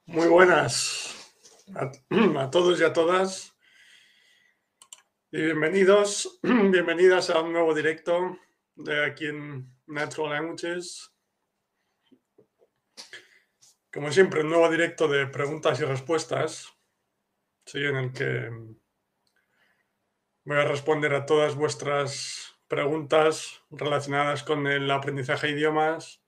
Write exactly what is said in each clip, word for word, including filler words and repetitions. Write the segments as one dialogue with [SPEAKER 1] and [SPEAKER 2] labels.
[SPEAKER 1] Muy buenas a, a todos y a todas y bienvenidos, bienvenidas a un nuevo directo de aquí en Natural Languages. Como siempre, un nuevo directo de preguntas y respuestas, ¿sí? En el que voy a responder a todas vuestras preguntas relacionadas con el aprendizaje de idiomas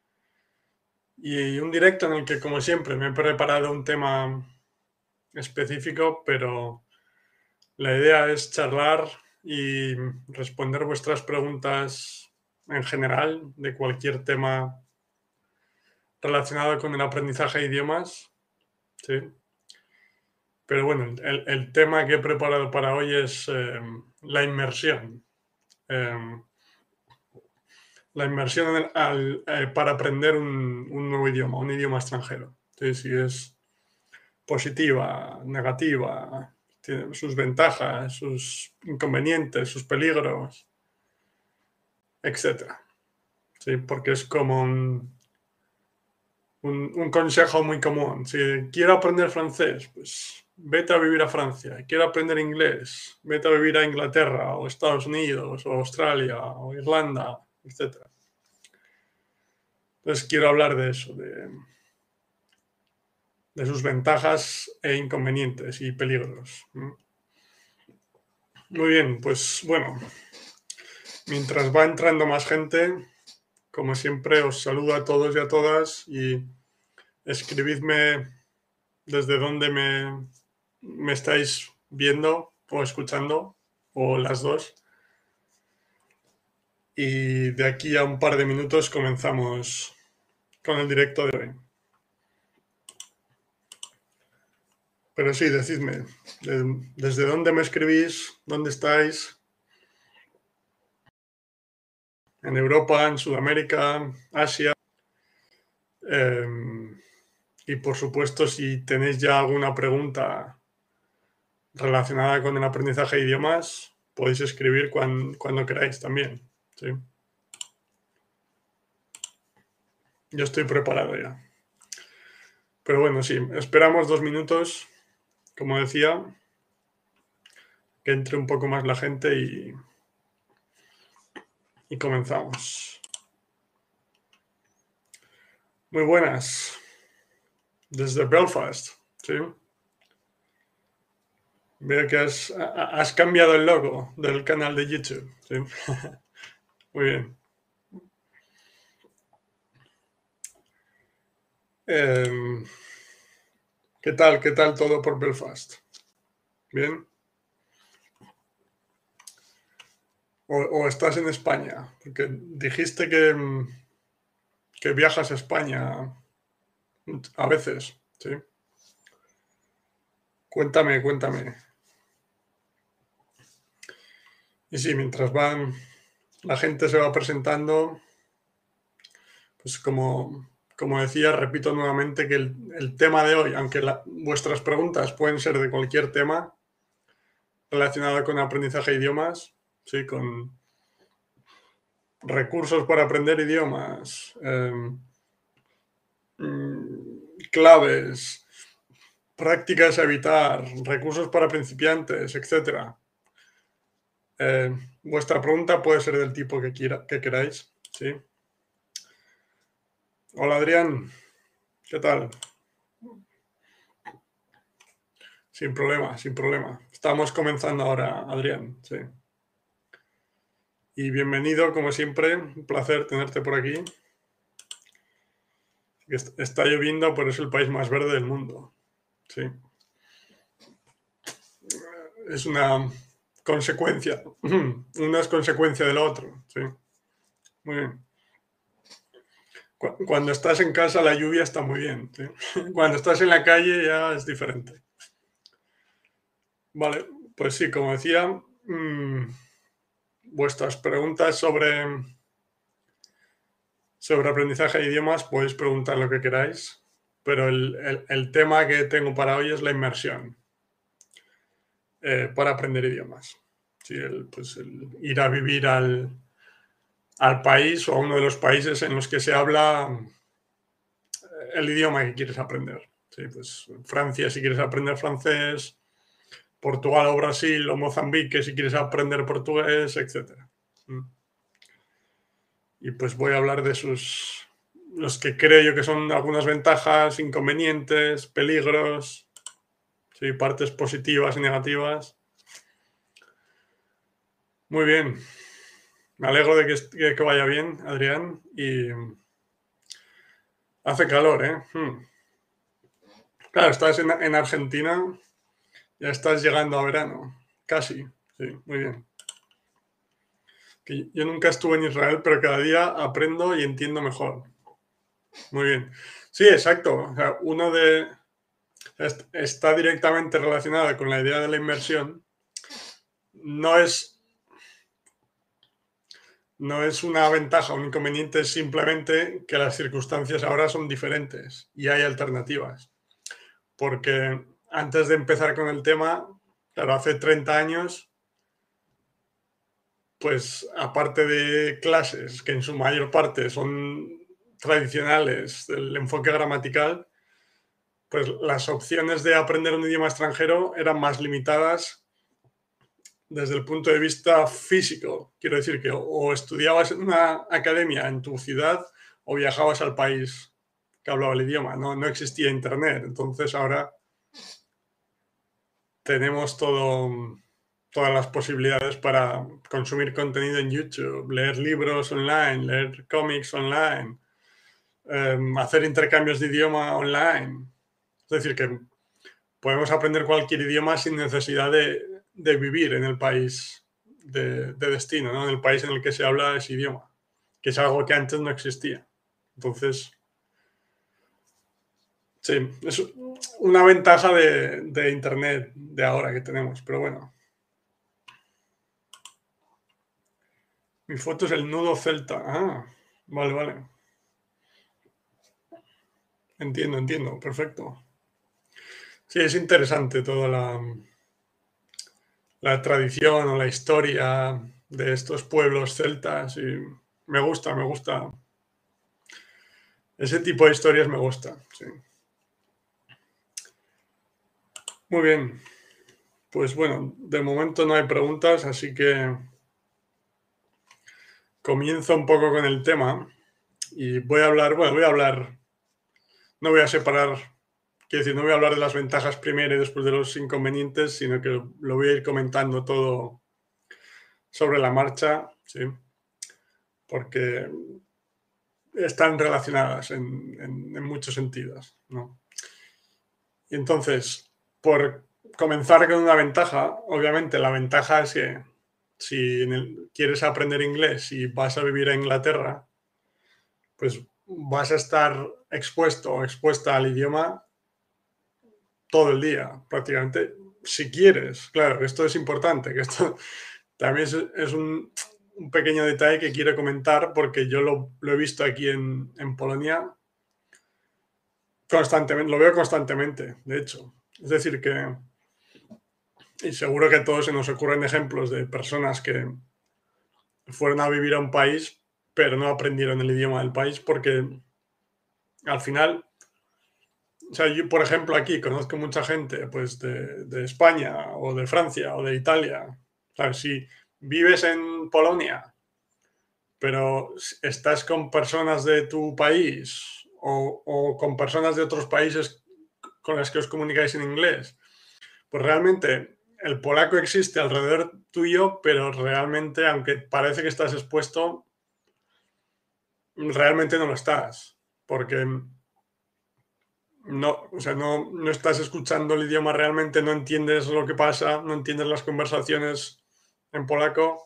[SPEAKER 1] y un directo en el que, como siempre, me he preparado un tema específico, pero la idea es charlar y responder vuestras preguntas en general de cualquier tema relacionado con el aprendizaje de idiomas, ¿sí? Pero bueno, el, el tema que he preparado para hoy es eh, la inmersión. Eh, la inmersión en el- al- eh, para aprender un, un nuevo idioma, un idioma extranjero. ¿Sí? Si es positiva, negativa, tiene sus ventajas, sus inconvenientes, sus peligros, etcétera. Sí, porque es como un, un, un consejo muy común. Si quiero aprender francés, pues vete a vivir a Francia. Quiero aprender inglés, vete a vivir a Inglaterra o Estados Unidos o Australia o Irlanda, etcétera. Entonces quiero hablar de eso, de, de sus ventajas e inconvenientes y peligros. Muy bien, pues bueno, mientras va entrando más gente, como siempre os saludo a todos y a todas y escribidme desde dónde me, me estáis viendo o escuchando, o las dos. Y de aquí a un par de minutos comenzamos con el directo de hoy. Pero sí, decidme, de- ¿desde dónde me escribís? ¿Dónde estáis? ¿En Europa, en Sudamérica, Asia? Eh, y por supuesto, si tenéis ya alguna pregunta relacionada con el aprendizaje de idiomas, podéis escribir cuando, cuando queráis también. ¿Sí? Yo estoy preparado ya. Pero bueno, sí, esperamos dos minutos, como decía, que entre un poco más la gente y, y comenzamos. Muy buenas, desde Belfast, ¿sí? Veo que has, has cambiado el logo del canal de YouTube, ¿sí? Muy bien. Eh, ¿Qué tal? ¿Qué tal todo por Belfast? ¿Bien? ¿O, o estás en España? Porque dijiste que, que viajas a España a veces, ¿sí? Cuéntame, cuéntame. Y sí, mientras van, la gente se va presentando, pues como, como decía, repito nuevamente que el, el tema de hoy, aunque la, vuestras preguntas pueden ser de cualquier tema relacionado con aprendizaje de idiomas, ¿sí? Con recursos para aprender idiomas, eh, claves, prácticas a evitar, recursos para principiantes, etcétera. Eh, vuestra pregunta puede ser del tipo que, quiera, que queráis, ¿sí? Hola Adrián, ¿qué tal? Sin problema, sin problema. Estamos comenzando ahora, Adrián, sí. Y bienvenido, como siempre, un placer tenerte por aquí. Está lloviendo, pero es el país más verde del mundo, sí. Es una consecuencia, una es consecuencia de lo otro, sí. Muy bien. Cuando estás en casa la lluvia está muy bien, ¿sí? Cuando estás en la calle ya es diferente. Vale, pues sí, como decía, mmm, vuestras preguntas sobre, sobre aprendizaje de idiomas podéis preguntar lo que queráis, pero el, el, el tema que tengo para hoy es la inmersión eh, para aprender idiomas. Sí, el, pues el ir a vivir al, al país o a uno de los países en los que se habla el idioma que quieres aprender. Sí, pues Francia si quieres aprender francés, Portugal o Brasil o Mozambique si quieres aprender portugués, etcétera. Y pues voy a hablar de sus, los que creo yo que son algunas ventajas, inconvenientes, peligros, sí, partes positivas y negativas. Muy bien. Me alegro de que, que vaya bien, Adrián. Y hace calor, ¿eh? Hmm. Claro, estás en, en Argentina, ya estás llegando a verano. Casi, sí, muy bien. Que yo nunca estuve en Israel, pero cada día aprendo y entiendo mejor. Muy bien. Sí, exacto. O sea, uno de... está directamente relacionada con la idea de la inmersión. No es, no es una ventaja, un inconveniente, es simplemente que las circunstancias ahora son diferentes y hay alternativas. Porque antes de empezar con el tema, claro, hace treinta años, pues aparte de clases que en su mayor parte son tradicionales, del enfoque gramatical, pues las opciones de aprender un idioma extranjero eran más limitadas desde el punto de vista físico. Quiero decir que o estudiabas en una academia en tu ciudad o viajabas al país que hablaba el idioma. No, no existía internet. Entonces ahora tenemos todo, todas las posibilidades para consumir contenido en YouTube, leer libros online, leer cómics online, eh, hacer intercambios de idioma online. Es decir, que podemos aprender cualquier idioma sin necesidad de, de vivir en el país de, de destino, ¿no? En el país en el que se habla ese idioma, que es algo que antes no existía. Entonces, sí, es una ventaja de, de Internet de ahora que tenemos, pero bueno. Mi foto es el nudo celta. Ah, vale, vale. Entiendo, entiendo, perfecto. Sí, es interesante toda la, la tradición o la historia de estos pueblos celtas y me gusta, me gusta. Ese tipo de historias me gusta, sí. Muy bien. Pues bueno, de momento no hay preguntas, así que comienzo un poco con el tema y voy a hablar, bueno, voy a hablar, no voy a separar, quiero decir, no voy a hablar de las ventajas primero y después de los inconvenientes, sino que lo voy a ir comentando todo sobre la marcha, sí, porque están relacionadas en, en, en muchos sentidos, ¿no? Y entonces, por comenzar con una ventaja, obviamente la ventaja es que si en el, quieres aprender inglés y vas a vivir a Inglaterra, pues vas a estar expuesto o expuesta al idioma todo el día, prácticamente, si quieres. Claro, esto es importante, que esto también es, es un, un, pequeño detalle que quiero comentar porque yo lo, lo he visto aquí en, en Polonia constantemente, lo veo constantemente, de hecho. Es decir, que y seguro que a todos se nos ocurren ejemplos de personas que fueron a vivir a un país, pero no aprendieron el idioma del país porque al final, o sea, yo por ejemplo aquí conozco mucha gente pues de, de España o de Francia o de Italia. O sea, si vives en Polonia, pero estás con personas de tu país o, o con personas de otros países con las que os comunicáis en inglés, pues realmente el polaco existe alrededor tuyo, pero realmente, aunque parece que estás expuesto, realmente no lo estás, porque no, o sea, no, no estás escuchando el idioma realmente, no entiendes lo que pasa, no entiendes las conversaciones en polaco.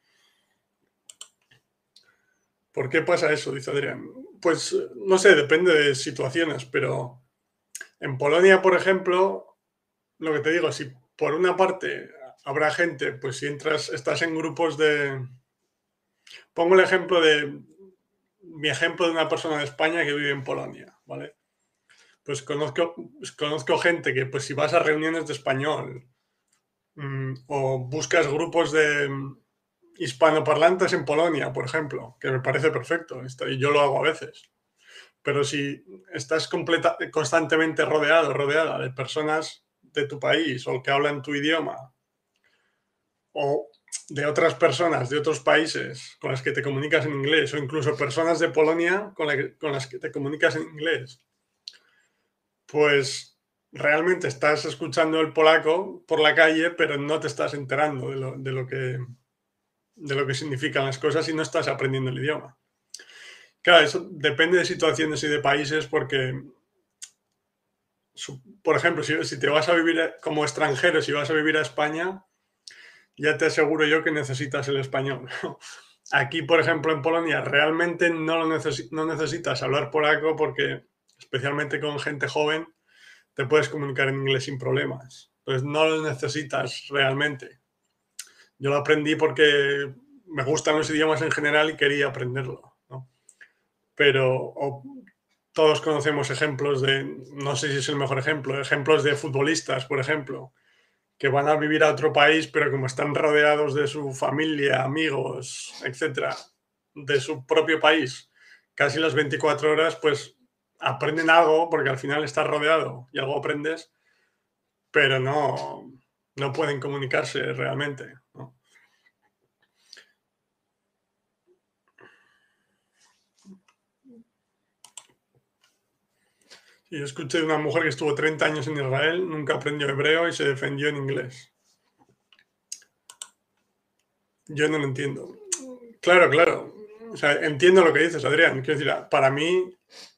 [SPEAKER 1] ¿Por qué pasa eso? Dice Adrián. Pues no sé, depende de situaciones, pero en Polonia, por ejemplo, lo que te digo, si por una parte habrá gente, pues si entras, estás en grupos de... Pongo el ejemplo de... Mi ejemplo de una persona de España que vive en Polonia, ¿vale? Pues conozco, pues conozco gente que pues si vas a reuniones de español mmm, o buscas grupos de hispanoparlantes en Polonia, por ejemplo, que me parece perfecto, esto, y yo lo hago a veces. Pero si estás completa, constantemente rodeado, rodeada de personas de tu país o que hablan tu idioma o de otras personas de otros países con las que te comunicas en inglés o incluso personas de Polonia con, la que, con las que te comunicas en inglés, pues realmente estás escuchando el polaco por la calle, pero no te estás enterando de lo, de lo, que, de lo que significan las cosas y no estás aprendiendo el idioma. Claro, eso depende de situaciones y de países porque, por ejemplo, si, si te vas a vivir como extranjero, si vas a vivir a España, ya te aseguro yo que necesitas el español. Aquí, por ejemplo, en Polonia, realmente no, lo necesi no necesitas hablar polaco porque, especialmente con gente joven, te puedes comunicar en inglés sin problemas. Entonces, no lo necesitas realmente. Yo lo aprendí porque me gustan los idiomas en general y quería aprenderlo, ¿no? Pero o, todos conocemos ejemplos de, no sé si es el mejor ejemplo, ejemplos de futbolistas, por ejemplo, que van a vivir a otro país, pero como están rodeados de su familia, amigos, etcétera, de su propio país, casi las veinticuatro horas, pues aprenden algo, porque al final estás rodeado y algo aprendes, pero no, no pueden comunicarse realmente, ¿no? Y yo escuché de una mujer que estuvo treinta años en Israel, nunca aprendió hebreo y se defendió en inglés. Yo no lo entiendo. Claro, claro. O sea, entiendo lo que dices, Adrián. Quiero decir, para mí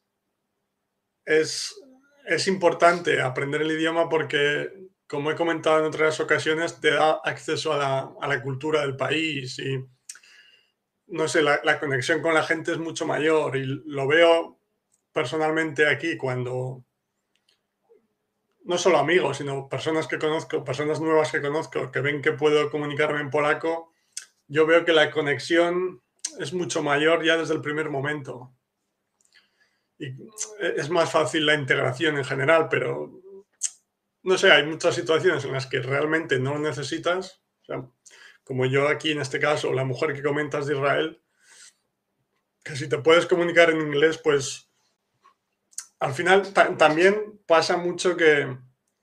[SPEAKER 1] es, es importante aprender el idioma porque, como he comentado en otras ocasiones, te da acceso a la, a la cultura del país y, no sé, la, la conexión con la gente es mucho mayor y lo veo personalmente aquí cuando, no solo amigos, sino personas que conozco, personas nuevas que conozco, que ven que puedo comunicarme en polaco, yo veo que la conexión es mucho mayor ya desde el primer momento. Y es más fácil la integración en general, pero no sé, hay muchas situaciones en las que realmente no lo necesitas. O sea, como yo aquí en este caso, la mujer que comentas de Israel, que si te puedes comunicar en inglés, pues al final ta también pasa mucho que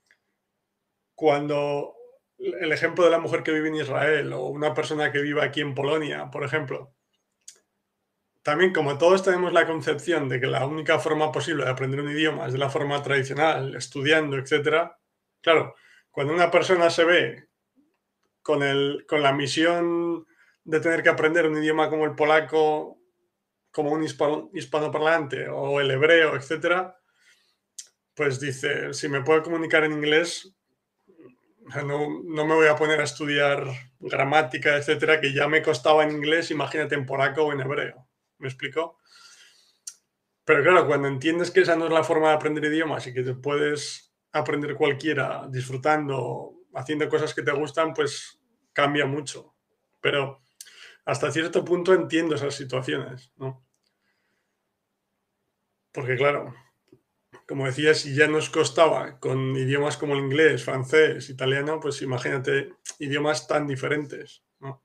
[SPEAKER 1] cuando el ejemplo de la mujer que vive en Israel o una persona que vive aquí en Polonia, por ejemplo, también como todos tenemos la concepción de que la única forma posible de aprender un idioma es de la forma tradicional, estudiando, etcétera. Claro, cuando una persona se ve con, el, con la misión de tener que aprender un idioma como el polaco, como un hispano, hispanoparlante o el hebreo, etcétera, pues dice, si me puedo comunicar en inglés, no, no me voy a poner a estudiar gramática, etcétera, que ya me costaba en inglés, imagínate en polaco o en hebreo. ¿Me explico? Pero claro, cuando entiendes que esa no es la forma de aprender idiomas y que te puedes aprender cualquiera disfrutando, haciendo cosas que te gustan, pues cambia mucho. Pero hasta cierto punto entiendo esas situaciones, ¿no? Porque claro, como decía, si ya nos costaba con idiomas como el inglés, francés, italiano, pues imagínate idiomas tan diferentes, ¿no?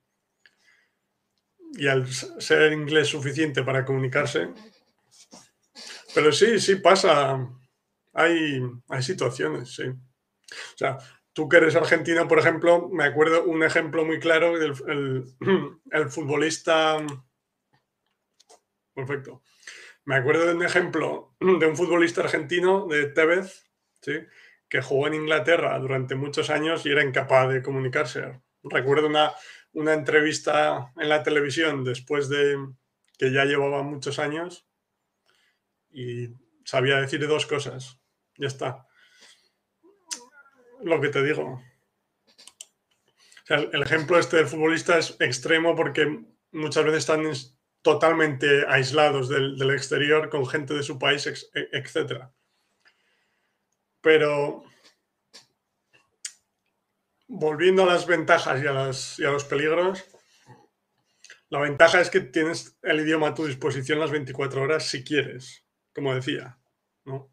[SPEAKER 1] Y al ser inglés suficiente para comunicarse, pero sí, sí pasa, hay, hay situaciones, sí. O sea, tú que eres argentino, por ejemplo, me acuerdo un ejemplo muy claro del el, el futbolista. Perfecto. Me acuerdo de un ejemplo de un futbolista argentino, de Tevez, ¿sí? Que jugó en Inglaterra durante muchos años y era incapaz de comunicarse. Recuerdo una, una entrevista en la televisión después de que ya llevaba muchos años y sabía decir dos cosas. Ya está. Lo que te digo. O sea, el ejemplo este del futbolista es extremo porque muchas veces están totalmente aislados del, del exterior con gente de su país, etcétera. Pero volviendo a las ventajas y a, las, y a los peligros, la ventaja es que tienes el idioma a tu disposición las veinticuatro horas si quieres, como decía, ¿no?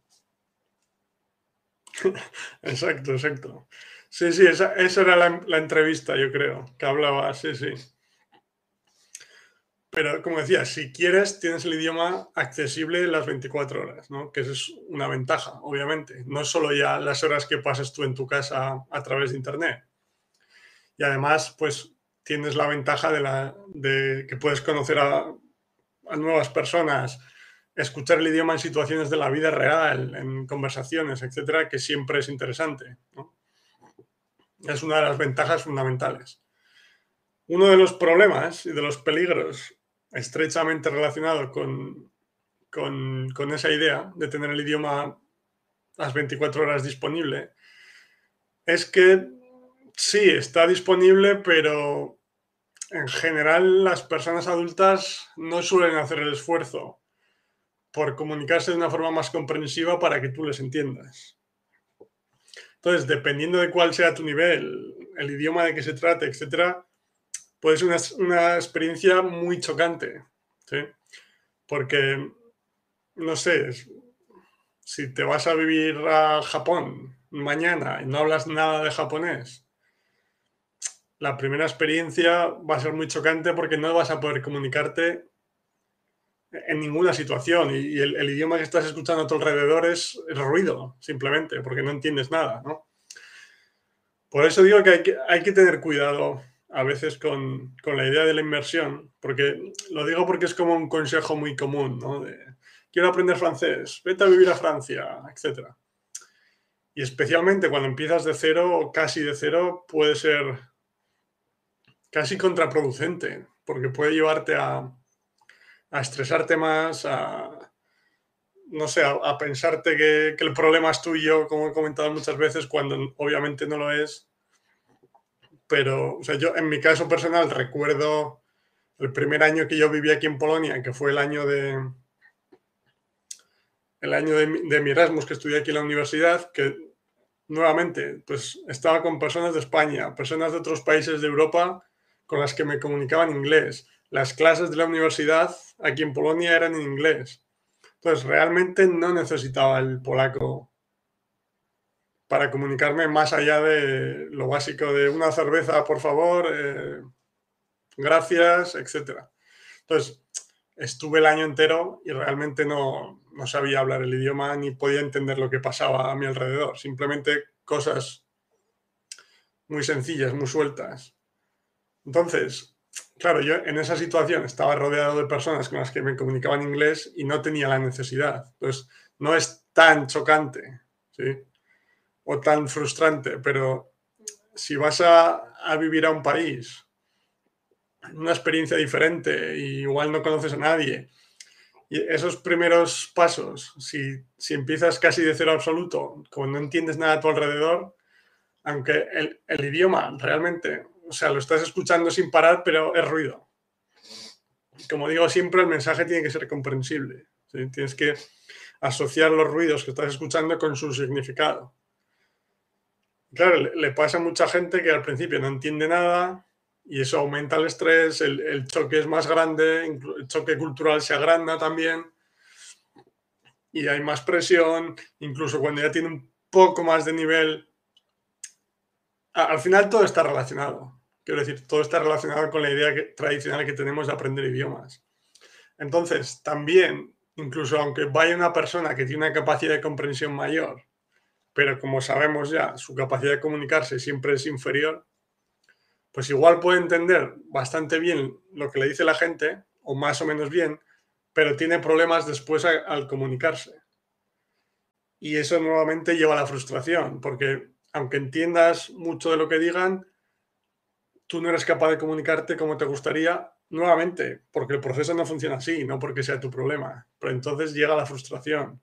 [SPEAKER 1] Exacto, exacto. Sí, sí, esa, esa era la, la entrevista, yo creo, que hablaba, sí, sí. pero como decía, si quieres, tienes el idioma accesible las veinticuatro horas, ¿no? Que eso es una ventaja, obviamente. No solo ya las horas que pases tú en tu casa a través de Internet. Y además, pues tienes la ventaja de, la, de que puedes conocer a, a nuevas personas, escuchar el idioma en situaciones de la vida real, en conversaciones, etcétera, que siempre es interesante, ¿no? Es una de las ventajas fundamentales. Uno de los problemas y de los peligros estrechamente relacionado con, con, con esa idea de tener el idioma las veinticuatro horas disponible es que sí, está disponible, pero en general las personas adultas no suelen hacer el esfuerzo por comunicarse de una forma más comprensiva para que tú les entiendas. Entonces, dependiendo de cuál sea tu nivel, el idioma de que se trate, etcétera, puede ser una, una experiencia muy chocante, ¿sí? Porque, no sé, si te vas a vivir a Japón mañana y no hablas nada de japonés, la primera experiencia va a ser muy chocante porque no vas a poder comunicarte en ninguna situación y el, el idioma que estás escuchando a tu alrededor es, es ruido, simplemente, porque no entiendes nada, ¿no? Por eso digo que hay que, hay que tener cuidado a veces con, con, la idea de la inmersión, porque lo digo porque es como un consejo muy común, ¿no? De, quiero aprender francés, vete a vivir a Francia, etcétera. Y especialmente cuando empiezas de cero o casi de cero, puede ser casi contraproducente, porque puede llevarte a, a estresarte más, a, no sé, a, a pensarte que, que el problema es tuyo, como he comentado muchas veces, cuando obviamente no lo es. Pero, o sea, yo en mi caso personal recuerdo el primer año que yo viví aquí en Polonia, que fue el año de el año de, de mi Erasmus, que estudié aquí en la universidad, que nuevamente, pues estaba con personas de España, personas de otros países de Europa con las que me comunicaba en inglés. Las clases de la universidad aquí en Polonia eran en inglés. Entonces, realmente no necesitaba el polaco para comunicarme más allá de lo básico de una cerveza, por favor, eh, gracias, etcétera. Entonces, estuve el año entero y realmente no, no sabía hablar el idioma ni podía entender lo que pasaba a mi alrededor. Simplemente cosas muy sencillas, muy sueltas. Entonces, claro, yo en esa situación estaba rodeado de personas con las que me comunicaba en inglés y no tenía la necesidad. Entonces, no es tan chocante, ¿sí? O tan frustrante, pero si vas a, a vivir a un país, una experiencia diferente y igual no conoces a nadie, y esos primeros pasos, si, si empiezas casi de cero absoluto, como no entiendes nada a tu alrededor, aunque el, el idioma realmente, o sea, lo estás escuchando sin parar, pero es ruido. Como digo siempre, el mensaje tiene que ser comprensible, ¿sí? Tienes que asociar los ruidos que estás escuchando con su significado. Claro, le, le pasa a mucha gente que al principio no entiende nada y eso aumenta el estrés, el, el choque es más grande, el choque cultural se agranda también y hay más presión, incluso cuando ya tiene un poco más de nivel. Al final todo está relacionado. Quiero decir, todo está relacionado con la idea que, tradicional que tenemos de aprender idiomas. Entonces, también, incluso aunque vaya una persona que tiene una capacidad de comprensión mayor, pero como sabemos ya, su capacidad de comunicarse siempre es inferior, pues igual puede entender bastante bien lo que le dice la gente, o más o menos bien, pero tiene problemas después a, al comunicarse. Y eso nuevamente lleva a la frustración, porque aunque entiendas mucho de lo que digan, tú no eres capaz de comunicarte como te gustaría, nuevamente, porque el proceso no funciona así, no porque sea tu problema. Pero entonces llega la frustración.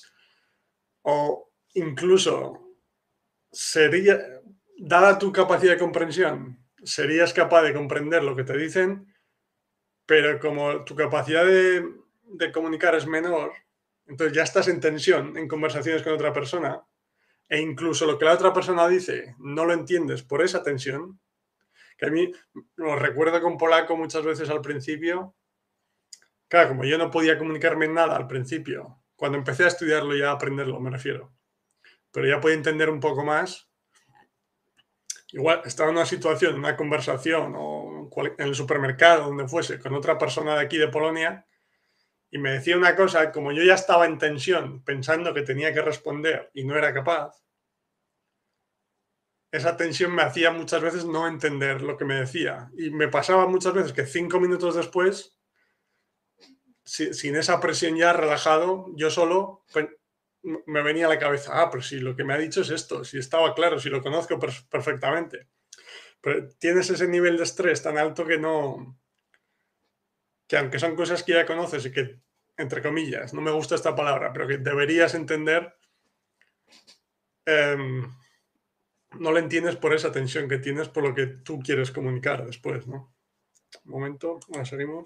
[SPEAKER 1] O incluso, sería, dada tu capacidad de comprensión, serías capaz de comprender lo que te dicen, pero como tu capacidad de, de comunicar es menor, entonces ya estás en tensión en conversaciones con otra persona, e incluso lo que la otra persona dice no lo entiendes por esa tensión, que a mí lo recuerdo con polaco muchas veces al principio. Claro, como yo no podía comunicarme en nada al principio, cuando empecé a estudiarlo y a aprenderlo, me refiero, pero ya podía entender un poco más. Igual estaba en una situación, en una conversación o en el supermercado, donde fuese, con otra persona de aquí de Polonia, y me decía una cosa, como yo ya estaba en tensión, pensando que tenía que responder y no era capaz, esa tensión me hacía muchas veces no entender lo que me decía. Y me pasaba muchas veces que cinco minutos después, sin esa presión ya, relajado, yo solo, me venía a la cabeza, ah, pero si lo que me ha dicho es esto, si estaba claro, si lo conozco perfectamente. Pero tienes ese nivel de estrés tan alto que no... que aunque son cosas que ya conoces y que, entre comillas, no me gusta esta palabra, pero que deberías entender, eh, no lo entiendes por esa tensión que tienes por lo que tú quieres comunicar después, ¿no? Un momento, ahora seguimos.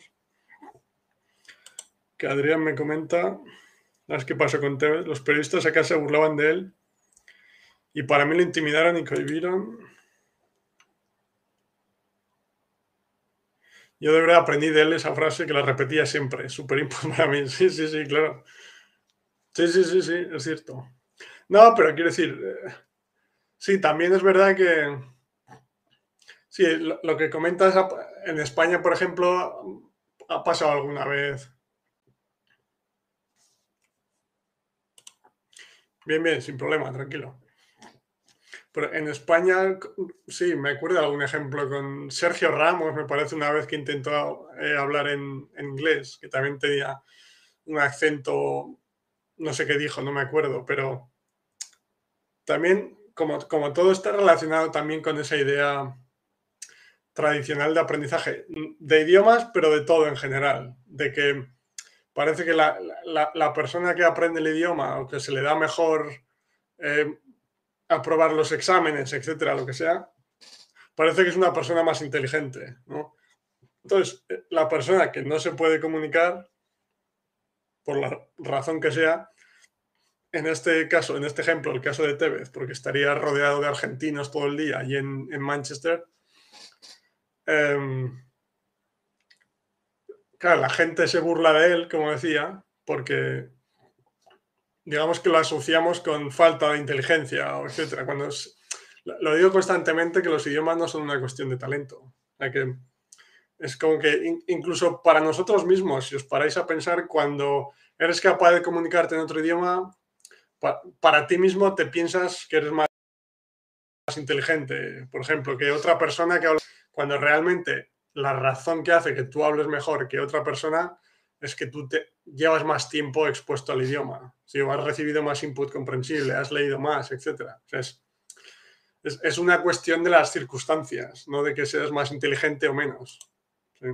[SPEAKER 1] Que Adrián me comenta, ¿sabes qué pasó con Tevez? Los periodistas acá se burlaban de él y para mí lo intimidaron y cohibieron. Yo de verdad aprendí de él esa frase que la repetía siempre, súper importante para mí. Sí, sí, sí, claro. Sí, sí, sí, sí, es cierto. No, pero quiero decir, sí, también es verdad que, sí, lo, lo que comentas en España, por ejemplo, ha pasado alguna vez. Bien, bien, sin problema, tranquilo. Pero en España, sí, me acuerdo de algún ejemplo con Sergio Ramos, me parece una vez que intentó eh, hablar en, en inglés, que también tenía un acento, no sé qué dijo, no me acuerdo, pero también, como, como todo está relacionado también con esa idea tradicional de aprendizaje, de idiomas, pero de todo en general, de que parece que la, la, la persona que aprende el idioma o que se le da mejor eh, aprobar los exámenes, etcétera, lo que sea, parece que es una persona más inteligente, ¿no? Entonces, la persona que no se puede comunicar, por la razón que sea, en este caso, en este ejemplo, el caso de Tevez, porque estaría rodeado de argentinos todo el día y en, en Manchester, eh, claro, la gente se burla de él, como decía, porque digamos que lo asociamos con falta de inteligencia, etcétera. Cuando es, lo digo constantemente que los idiomas no son una cuestión de talento. O sea, que es como que incluso para nosotros mismos, si os paráis a pensar, cuando eres capaz de comunicarte en otro idioma, pa, para ti mismo te piensas que eres más, más inteligente, por ejemplo, que otra persona que habla, cuando realmente la razón que hace que tú hables mejor que otra persona es que tú te llevas más tiempo expuesto al idioma, si has recibido más input comprensible, has leído más, etcétera. O sea, es, es, es una cuestión de las circunstancias, no de que seas más inteligente o menos. ¿Sí?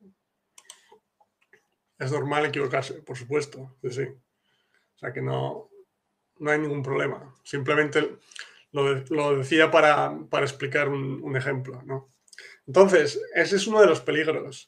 [SPEAKER 1] Es normal equivocarse, por supuesto. Sí, sí. O sea que no, no hay ningún problema. Simplemente lo, de, lo decía para, para explicar un, un ejemplo, ¿no? Entonces, ese es uno de los peligros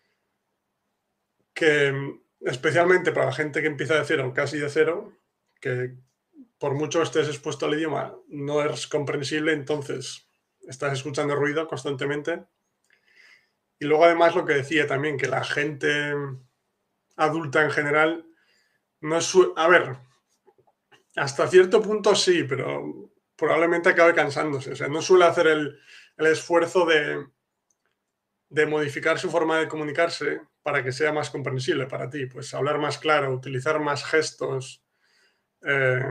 [SPEAKER 1] que, especialmente para la gente que empieza de cero, casi de cero, que por mucho estés expuesto al idioma, no es comprensible, entonces estás escuchando ruido constantemente. Y luego además lo que decía también, que la gente adulta en general no es... Su... A ver, hasta cierto punto sí, pero probablemente acabe cansándose. O sea, no suele hacer el, el esfuerzo de, de modificar su forma de comunicarse para que sea más comprensible para ti. Pues hablar más claro, utilizar más gestos, eh,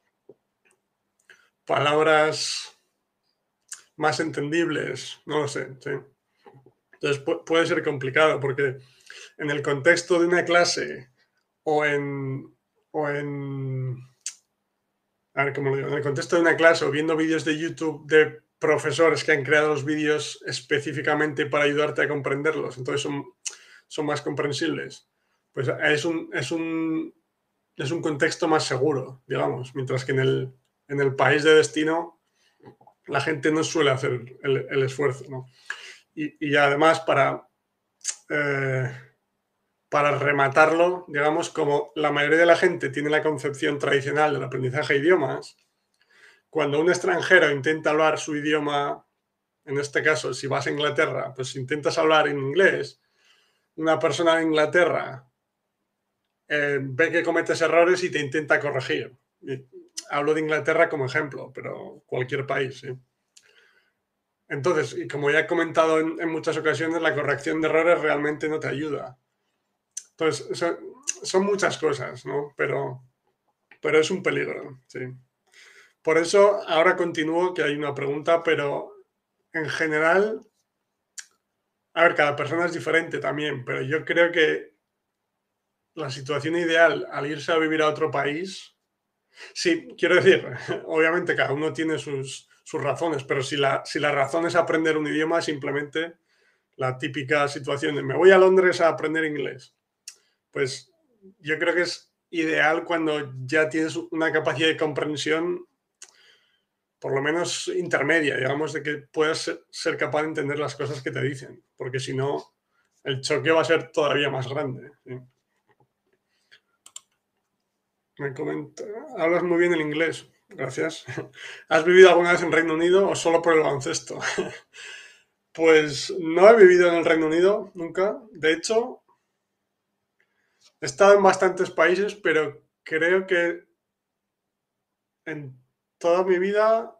[SPEAKER 1] palabras más entendibles, no lo sé. ¿Sí? Entonces pu puede ser complicado porque en el contexto de una clase o en... O en a ver, ¿cómo lo digo? En el contexto de una clase o viendo vídeos de YouTube de profesores que han creado los vídeos específicamente para ayudarte a comprenderlos, entonces son, son más comprensibles. Pues es un, es, un, es un contexto más seguro, digamos, mientras que en el, en el país de destino la gente no suele hacer el, el esfuerzo, ¿no? Y, y además para... Eh, para rematarlo, digamos, como la mayoría de la gente tiene la concepción tradicional del aprendizaje de idiomas, cuando un extranjero intenta hablar su idioma, en este caso, si vas a Inglaterra, pues intentas hablar en inglés, una persona de Inglaterra eh, ve que cometes errores y te intenta corregir. Y hablo de Inglaterra como ejemplo, pero cualquier país, ¿sí? Entonces, y como ya he comentado en, en muchas ocasiones, la corrección de errores realmente no te ayuda. Entonces, son, son muchas cosas, ¿no? Pero, pero es un peligro, sí. Por eso ahora continúo, que hay una pregunta, pero en general, a ver, cada persona es diferente también, pero yo creo que la situación ideal al irse a vivir a otro país, sí, quiero decir, obviamente cada uno tiene sus, sus razones, pero si la, si la razón es aprender un idioma, simplemente la típica situación de me voy a Londres a aprender inglés, pues yo creo que es ideal cuando ya tienes una capacidad de comprensión por lo menos intermedia, digamos, de que puedas ser, ser capaz de entender las cosas que te dicen, porque si no, el choque va a ser todavía más grande. ¿Sí? Me comenta, hablas muy bien el inglés, gracias. ¿Has vivido alguna vez en Reino Unido o solo por el baloncesto? Pues no he vivido en el Reino Unido nunca. De hecho, he estado en bastantes países, pero creo que en toda mi vida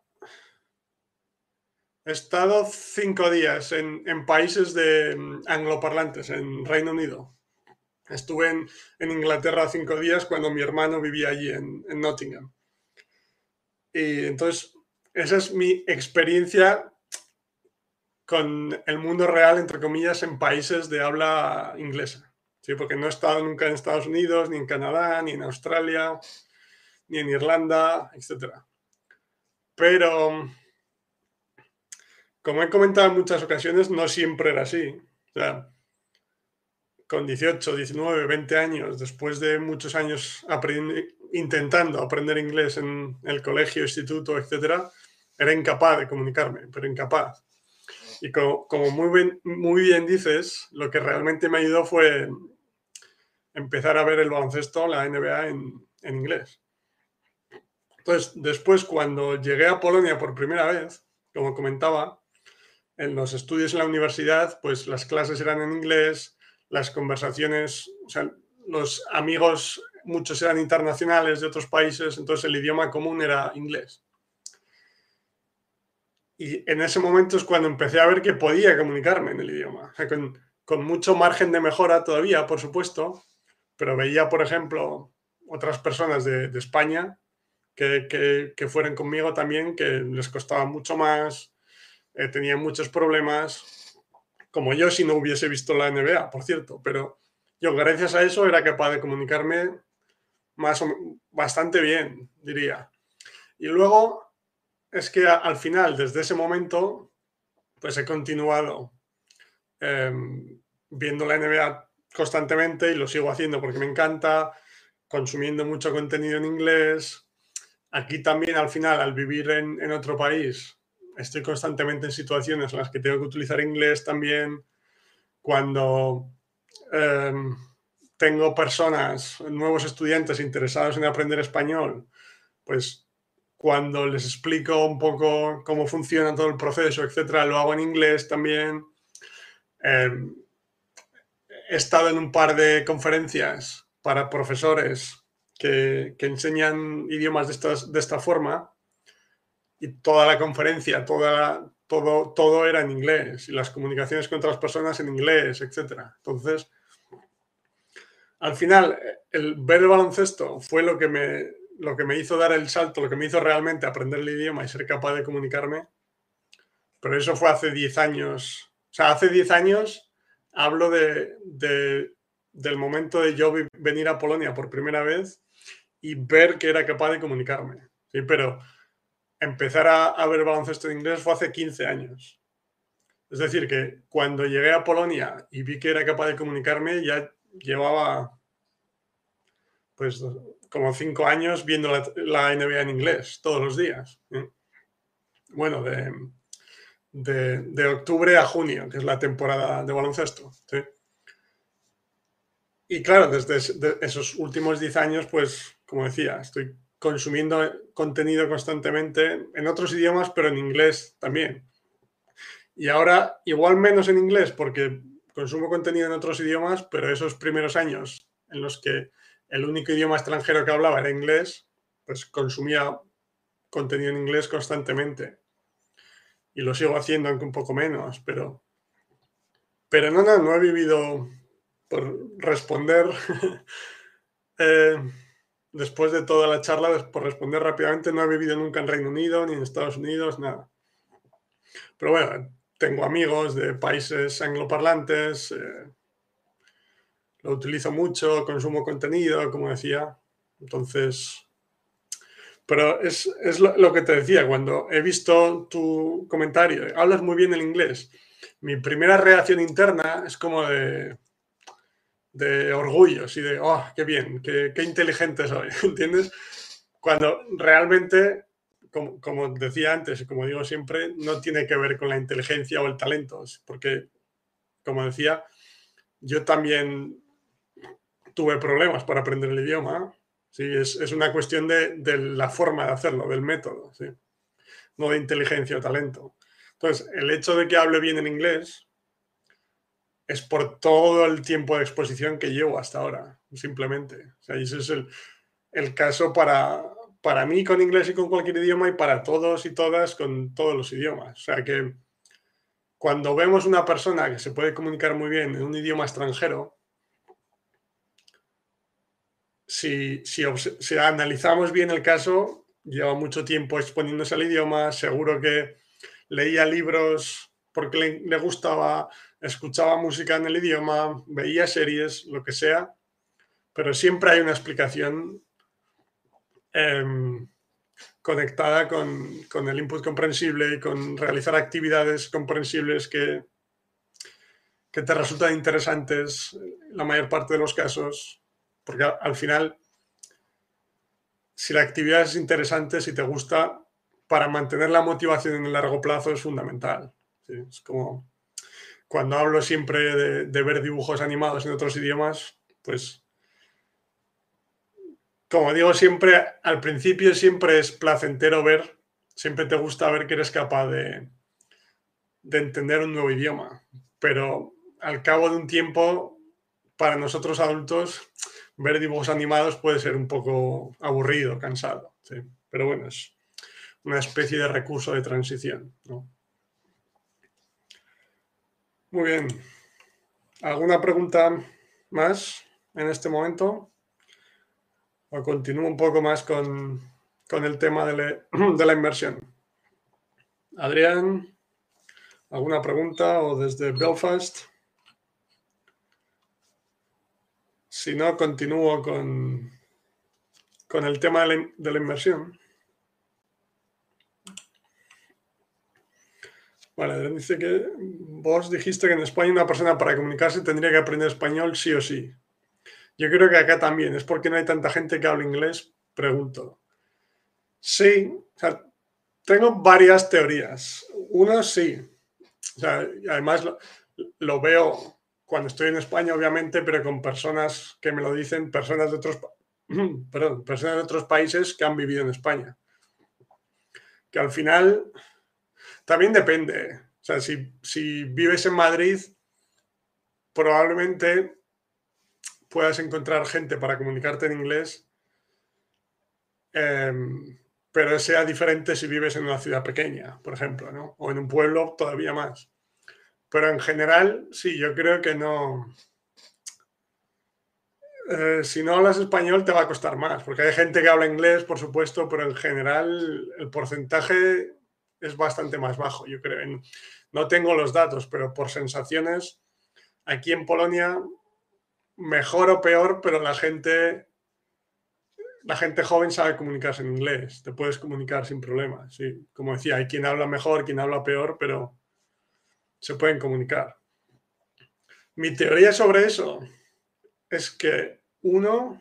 [SPEAKER 1] he estado cinco días en, en países de mm, angloparlantes, en Reino Unido. Estuve en, en Inglaterra cinco días cuando mi hermano vivía allí en, en Nottingham. Y entonces, esa es mi experiencia con el mundo real, entre comillas, en países de habla inglesa. ¿Sí? Porque no he estado nunca en Estados Unidos, ni en Canadá, ni en Australia, ni en Irlanda, etcétera. Pero, como he comentado en muchas ocasiones, no siempre era así. O sea, con dieciocho, diecinueve, veinte años, después de muchos años intentando aprender inglés en el colegio, instituto, etcétera, era incapaz de comunicarme, pero incapaz. Y como, como muy, bien, muy bien dices, lo que realmente me ayudó fue empezar a ver el baloncesto, la N B A, en, en inglés. Entonces, después, cuando llegué a Polonia por primera vez, como comentaba, en los estudios en la universidad, pues las clases eran en inglés, las conversaciones, o sea, los amigos, muchos eran internacionales de otros países, entonces el idioma común era inglés. Y en ese momento es cuando empecé a ver que podía comunicarme en el idioma, o sea, con, con mucho margen de mejora todavía, por supuesto, pero veía, por ejemplo, otras personas de, de España que, que, que, fueron conmigo también, que les costaba mucho más, eh, tenían muchos problemas, como yo si no hubiese visto la N B A, por cierto, pero yo gracias a eso era capaz de comunicarme más o, bastante bien, diría. Y luego es que a, al final, desde ese momento, pues he continuado eh, viendo la N B A constantemente y lo sigo haciendo porque me encanta, consumiendo mucho contenido en inglés. Aquí también al final, al vivir en, en otro país, estoy constantemente en situaciones en las que tengo que utilizar inglés también. Cuando eh, tengo personas, nuevos estudiantes interesados en aprender español, pues cuando les explico un poco cómo funciona todo el proceso, etcétera, lo hago en inglés también. Eh, he estado en un par de conferencias para profesores que, que enseñan idiomas de, estas, de esta forma y toda la conferencia, toda, todo, todo era en inglés y las comunicaciones con otras personas en inglés, etcétera. Entonces, al final, el ver el baloncesto fue lo que me, lo que me hizo dar el salto, lo que me hizo realmente aprender el idioma y ser capaz de comunicarme. Pero eso fue hace diez años. O sea, hace diez años hablo de, de, del momento de yo venir a Polonia por primera vez y ver que era capaz de comunicarme. Sí, pero empezar a, a ver baloncesto en inglés fue hace quince años. Es decir, que cuando llegué a Polonia y vi que era capaz de comunicarme, ya llevaba pues como cinco años viendo la, la N B A en inglés todos los días. ¿Eh? Bueno, de, de, de, octubre a junio, que es la temporada de baloncesto. ¿Sí? Y claro, desde de esos últimos diez años, pues, como decía, estoy consumiendo contenido constantemente en otros idiomas, pero en inglés también. Y ahora, igual menos en inglés, porque consumo contenido en otros idiomas, pero esos primeros años en los que el único idioma extranjero que hablaba era inglés, pues consumía contenido en inglés constantemente. y lo sigo haciendo, aunque un poco menos, pero, pero no, no, no he vivido, por responder, eh, después de toda la charla, por responder rápidamente, no he vivido nunca en Reino Unido, ni en Estados Unidos, nada. Pero bueno, tengo amigos de países angloparlantes, eh, lo utilizo mucho, consumo contenido, como decía, entonces... Pero es, es lo, lo que te decía, cuando he visto tu comentario, hablas muy bien el inglés, mi primera reacción interna es como de, de orgullo, así de, oh, qué bien, qué, qué inteligente soy, ¿entiendes? Cuando realmente, como, como decía antes y como digo siempre, no tiene que ver con la inteligencia o el talento, porque, como decía, yo también tuve problemas para aprender el idioma. Sí, es, es una cuestión de, de, la forma de hacerlo, del método, ¿sí? No de inteligencia o talento. Entonces, el hecho de que hable bien en inglés es por todo el tiempo de exposición que llevo hasta ahora, simplemente. O sea, ese es el, el caso para, para mí con inglés y con cualquier idioma y para todos y todas con todos los idiomas. O sea, que cuando vemos una persona que se puede comunicar muy bien en un idioma extranjero, Si, si, si, analizamos bien el caso, lleva mucho tiempo exponiéndose al idioma, seguro que leía libros porque le, le gustaba, escuchaba música en el idioma, veía series, lo que sea, pero siempre hay una explicación eh, conectada con, con el input comprensible y con realizar actividades comprensibles que, que te resultan interesantes en la mayor parte de los casos, porque al, al final... si la actividad es interesante, si te gusta, para mantener la motivación en el largo plazo es fundamental. ¿Sí? Es como cuando hablo siempre de, de ver dibujos animados en otros idiomas, pues como digo siempre, al principio siempre es placentero ver, siempre te gusta ver que eres capaz de, de entender un nuevo idioma, pero al cabo de un tiempo, para nosotros adultos, ver dibujos animados puede ser un poco aburrido, cansado. ¿Sí? Pero bueno, es una especie de recurso de transición, ¿no? Muy bien. ¿Alguna pregunta más en este momento? ¿O continúo un poco más con, con el tema de, le, de la inversión? Adrián, ¿alguna pregunta? ¿O desde Belfast? Si no, continúo con, con el tema de la, de la inversión. Vale, Adrián dice que vos dijiste que en España una persona para comunicarse tendría que aprender español sí o sí. Yo creo que acá también. ¿Es porque no hay tanta gente que hable inglés? Pregunto. Sí, o sea, tengo varias teorías. Una sí. O sea, además lo, lo veo cuando estoy en España, obviamente, pero con personas que me lo dicen, personas de otros, perdón, personas de otros países que han vivido en España. Que al final también depende. O sea, si, si vives en Madrid, probablemente puedas encontrar gente para comunicarte en inglés, eh, pero sea diferente si vives en una ciudad pequeña, por ejemplo, ¿no? O en un pueblo todavía más. Pero en general, sí, yo creo que no... Eh, si no hablas español te va a costar más, porque hay gente que habla inglés, por supuesto, pero en general el porcentaje es bastante más bajo, yo creo. No tengo los datos, pero por sensaciones, aquí en Polonia, mejor o peor, pero la gente, la gente joven sabe comunicarse en inglés, te puedes comunicar sin problemas. Sí. Como decía, hay quien habla mejor, quien habla peor, pero se pueden comunicar. Mi teoría sobre eso es que uno...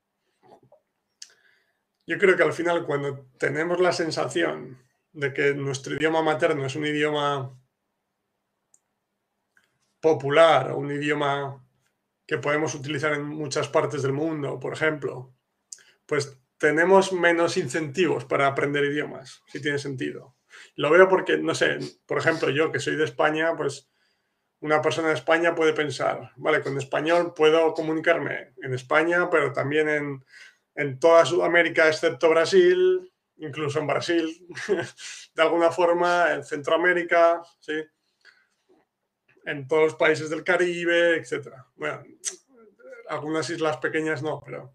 [SPEAKER 1] Yo creo que al final cuando tenemos la sensación de que nuestro idioma materno es un idioma popular o un idioma que podemos utilizar en muchas partes del mundo, por ejemplo, pues tenemos menos incentivos para aprender idiomas, si tiene sentido. Lo veo porque, no sé, por ejemplo, yo que soy de España, pues una persona de España puede pensar, vale, con español puedo comunicarme en España, pero también en, en toda Sudamérica excepto Brasil, incluso en Brasil, de alguna forma, en Centroamérica, ¿sí? En todos los países del Caribe, etcétera. Bueno, algunas islas pequeñas no, pero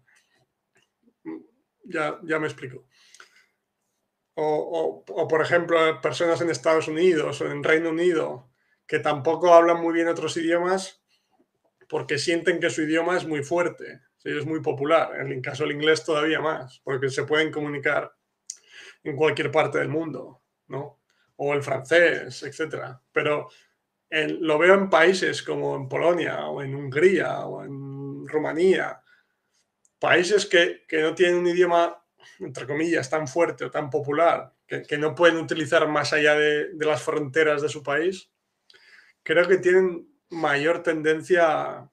[SPEAKER 1] ya, ya me explico. O, o, o, por ejemplo, personas en Estados Unidos o en Reino Unido que tampoco hablan muy bien otros idiomas porque sienten que su idioma es muy fuerte, ¿sí? Es muy popular. En el caso del inglés todavía más, porque se pueden comunicar en cualquier parte del mundo, ¿no? O el francés, etcétera. Pero en, lo veo en países como en Polonia o en Hungría o en Rumanía, países que, que no tienen un idioma, entre comillas, tan fuerte o tan popular, que, que no pueden utilizar más allá de, de las fronteras de su país, creo que tienen mayor tendencia a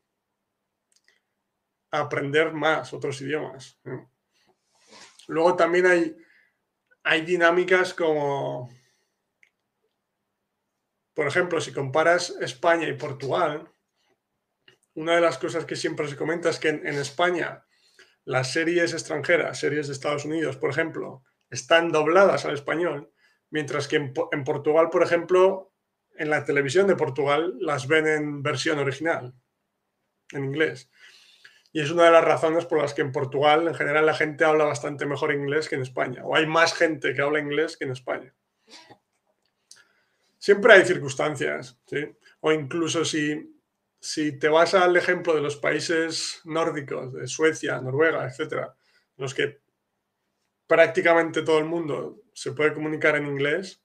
[SPEAKER 1] aprender más otros idiomas, ¿no? Luego también hay, hay dinámicas como, por ejemplo, si comparas España y Portugal, una de las cosas que siempre se comenta es que en, en España las series extranjeras, series de Estados Unidos, por ejemplo, están dobladas al español, mientras que en, en Portugal, por ejemplo, en la televisión de Portugal las ven en versión original, en inglés. Y es una de las razones por las que en Portugal, en general, la gente habla bastante mejor inglés que en España. O hay más gente que habla inglés que en España. Siempre hay circunstancias, ¿sí? O incluso si, si te vas al ejemplo de los países nórdicos, de Suecia, Noruega, etcétera, en los que prácticamente todo el mundo se puede comunicar en inglés,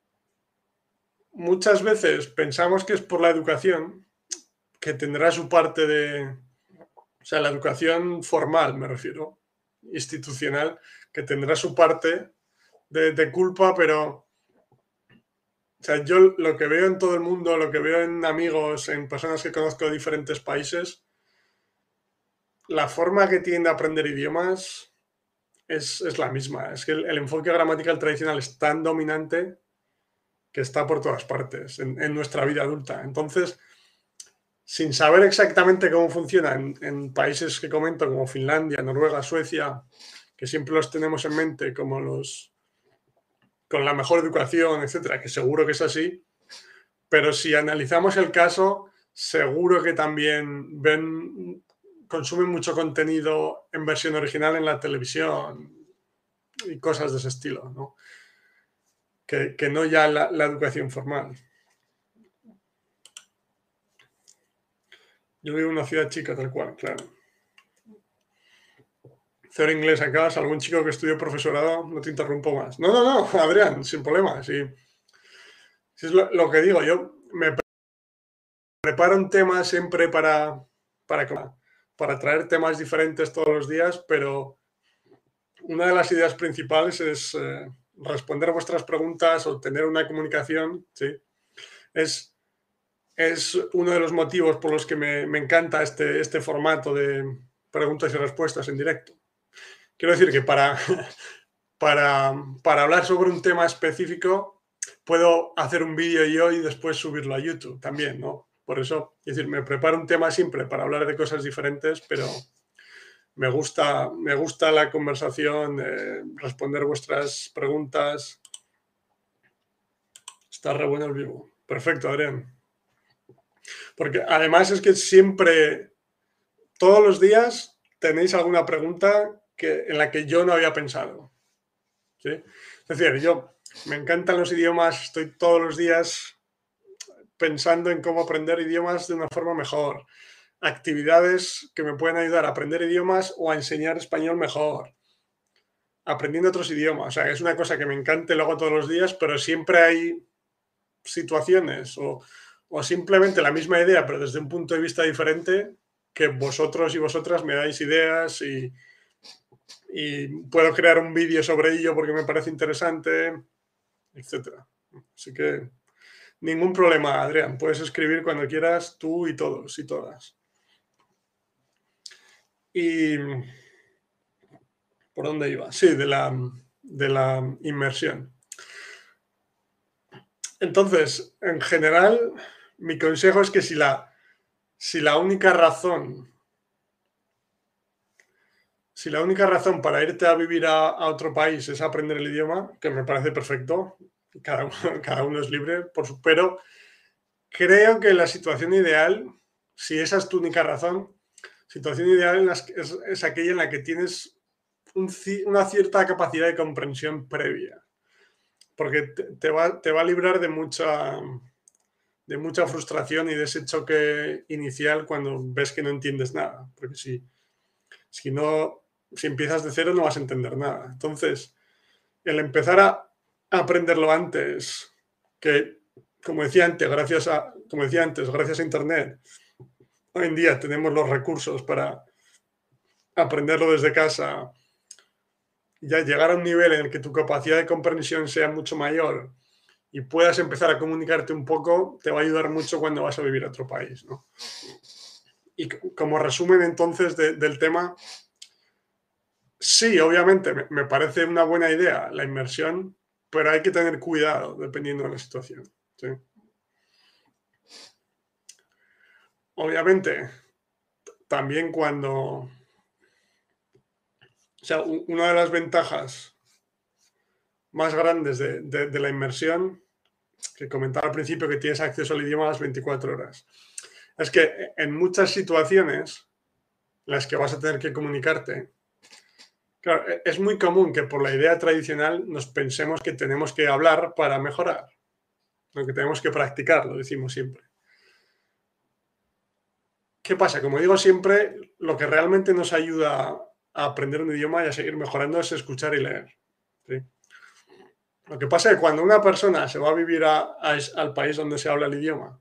[SPEAKER 1] muchas veces pensamos que es por la educación, que tendrá su parte de, o sea, la educación formal, me refiero, institucional, que tendrá su parte de, de culpa, pero, o sea, yo lo que veo en todo el mundo, lo que veo en amigos, en personas que conozco de diferentes países, la forma que tienen de aprender idiomas es, es la misma. Es que el, el enfoque gramatical tradicional es tan dominante que está por todas partes en, en nuestra vida adulta. Entonces, sin saber exactamente cómo funciona en, en países que comento como Finlandia, Noruega, Suecia, que siempre los tenemos en mente como los con la mejor educación, etcétera, que seguro que es así, pero si analizamos el caso, seguro que también ven, consumen mucho contenido en versión original en la televisión y cosas de ese estilo, ¿no? Que, que no ya la, la educación formal. Yo vivo en una ciudad chica, tal cual, claro. Cero inglés acá, algún chico que estudió profesorado, no te interrumpo más. No, no, no, Adrián, sin problema. Sí, sí es lo, lo, que digo, yo me preparo un tema siempre para, para, para traer temas diferentes todos los días, pero una de las ideas principales es eh, responder vuestras preguntas o tener una comunicación, ¿sí? Es, es uno de los motivos por los que me, me encanta este, este formato de preguntas y respuestas en directo. Quiero decir que para, para, para hablar sobre un tema específico puedo hacer un vídeo yo y después subirlo a YouTube también, ¿no? Por eso, es decir, me preparo un tema siempre para hablar de cosas diferentes, pero me gusta, me gusta la conversación, eh, responder vuestras preguntas. Está re bueno el vivo. Perfecto, Adrián. Porque además es que siempre, todos los días, tenéis alguna pregunta que, en la que yo no había pensado, ¿sí? Es decir, yo me encantan los idiomas, estoy todos los días pensando en cómo aprender idiomas de una forma mejor. Actividades que me pueden ayudar a aprender idiomas o a enseñar español mejor. Aprendiendo otros idiomas. O sea, es una cosa que me encanta y lo hago todos los días, pero siempre hay situaciones o, o simplemente la misma idea, pero desde un punto de vista diferente, que vosotros y vosotras me dais ideas y, y puedo crear un vídeo sobre ello porque me parece interesante, etcétera. Así que ningún problema, Adrián. Puedes escribir cuando quieras, tú y todos y todas. Y ¿por dónde iba? Sí, de la, de la inmersión. Entonces, en general, mi consejo es que si la, si la única razón, si la única razón para irte a vivir a, a otro país es aprender el idioma, que me parece perfecto, cada uno, cada uno es libre, por su, pero creo que la situación ideal, si esa es tu única razón, situación ideal en las, es, es aquella en la que tienes un, una cierta capacidad de comprensión previa, porque te, te, va, te va a librar de mucha, de mucha frustración y de ese choque inicial cuando ves que no entiendes nada, porque si, si no, si empiezas de cero no vas a entender nada. Entonces, el empezar a aprenderlo antes, que como decía antes, gracias a, como decía antes, gracias a Internet, hoy en día tenemos los recursos para aprenderlo desde casa, ya llegar a un nivel en el que tu capacidad de comprensión sea mucho mayor y puedas empezar a comunicarte un poco, te va a ayudar mucho cuando vas a vivir a otro país, ¿no? Y como resumen entonces de, del tema, sí, obviamente me, me parece una buena idea la inmersión, pero hay que tener cuidado dependiendo de la situación, ¿sí? Obviamente, también cuando... O sea, una de las ventajas más grandes de, de, de la inmersión, que comentaba al principio que tienes acceso al idioma a las veinticuatro horas, es que en muchas situaciones en las que vas a tener que comunicarte, claro, es muy común que por la idea tradicional nos pensemos que tenemos que hablar para mejorar, ¿no? Que tenemos que practicar, lo decimos siempre. ¿Qué pasa? Como digo siempre, lo que realmente nos ayuda a aprender un idioma y a seguir mejorando es escuchar y leer, ¿sí? Lo que pasa es que cuando una persona se va a vivir a, a, al país donde se habla el idioma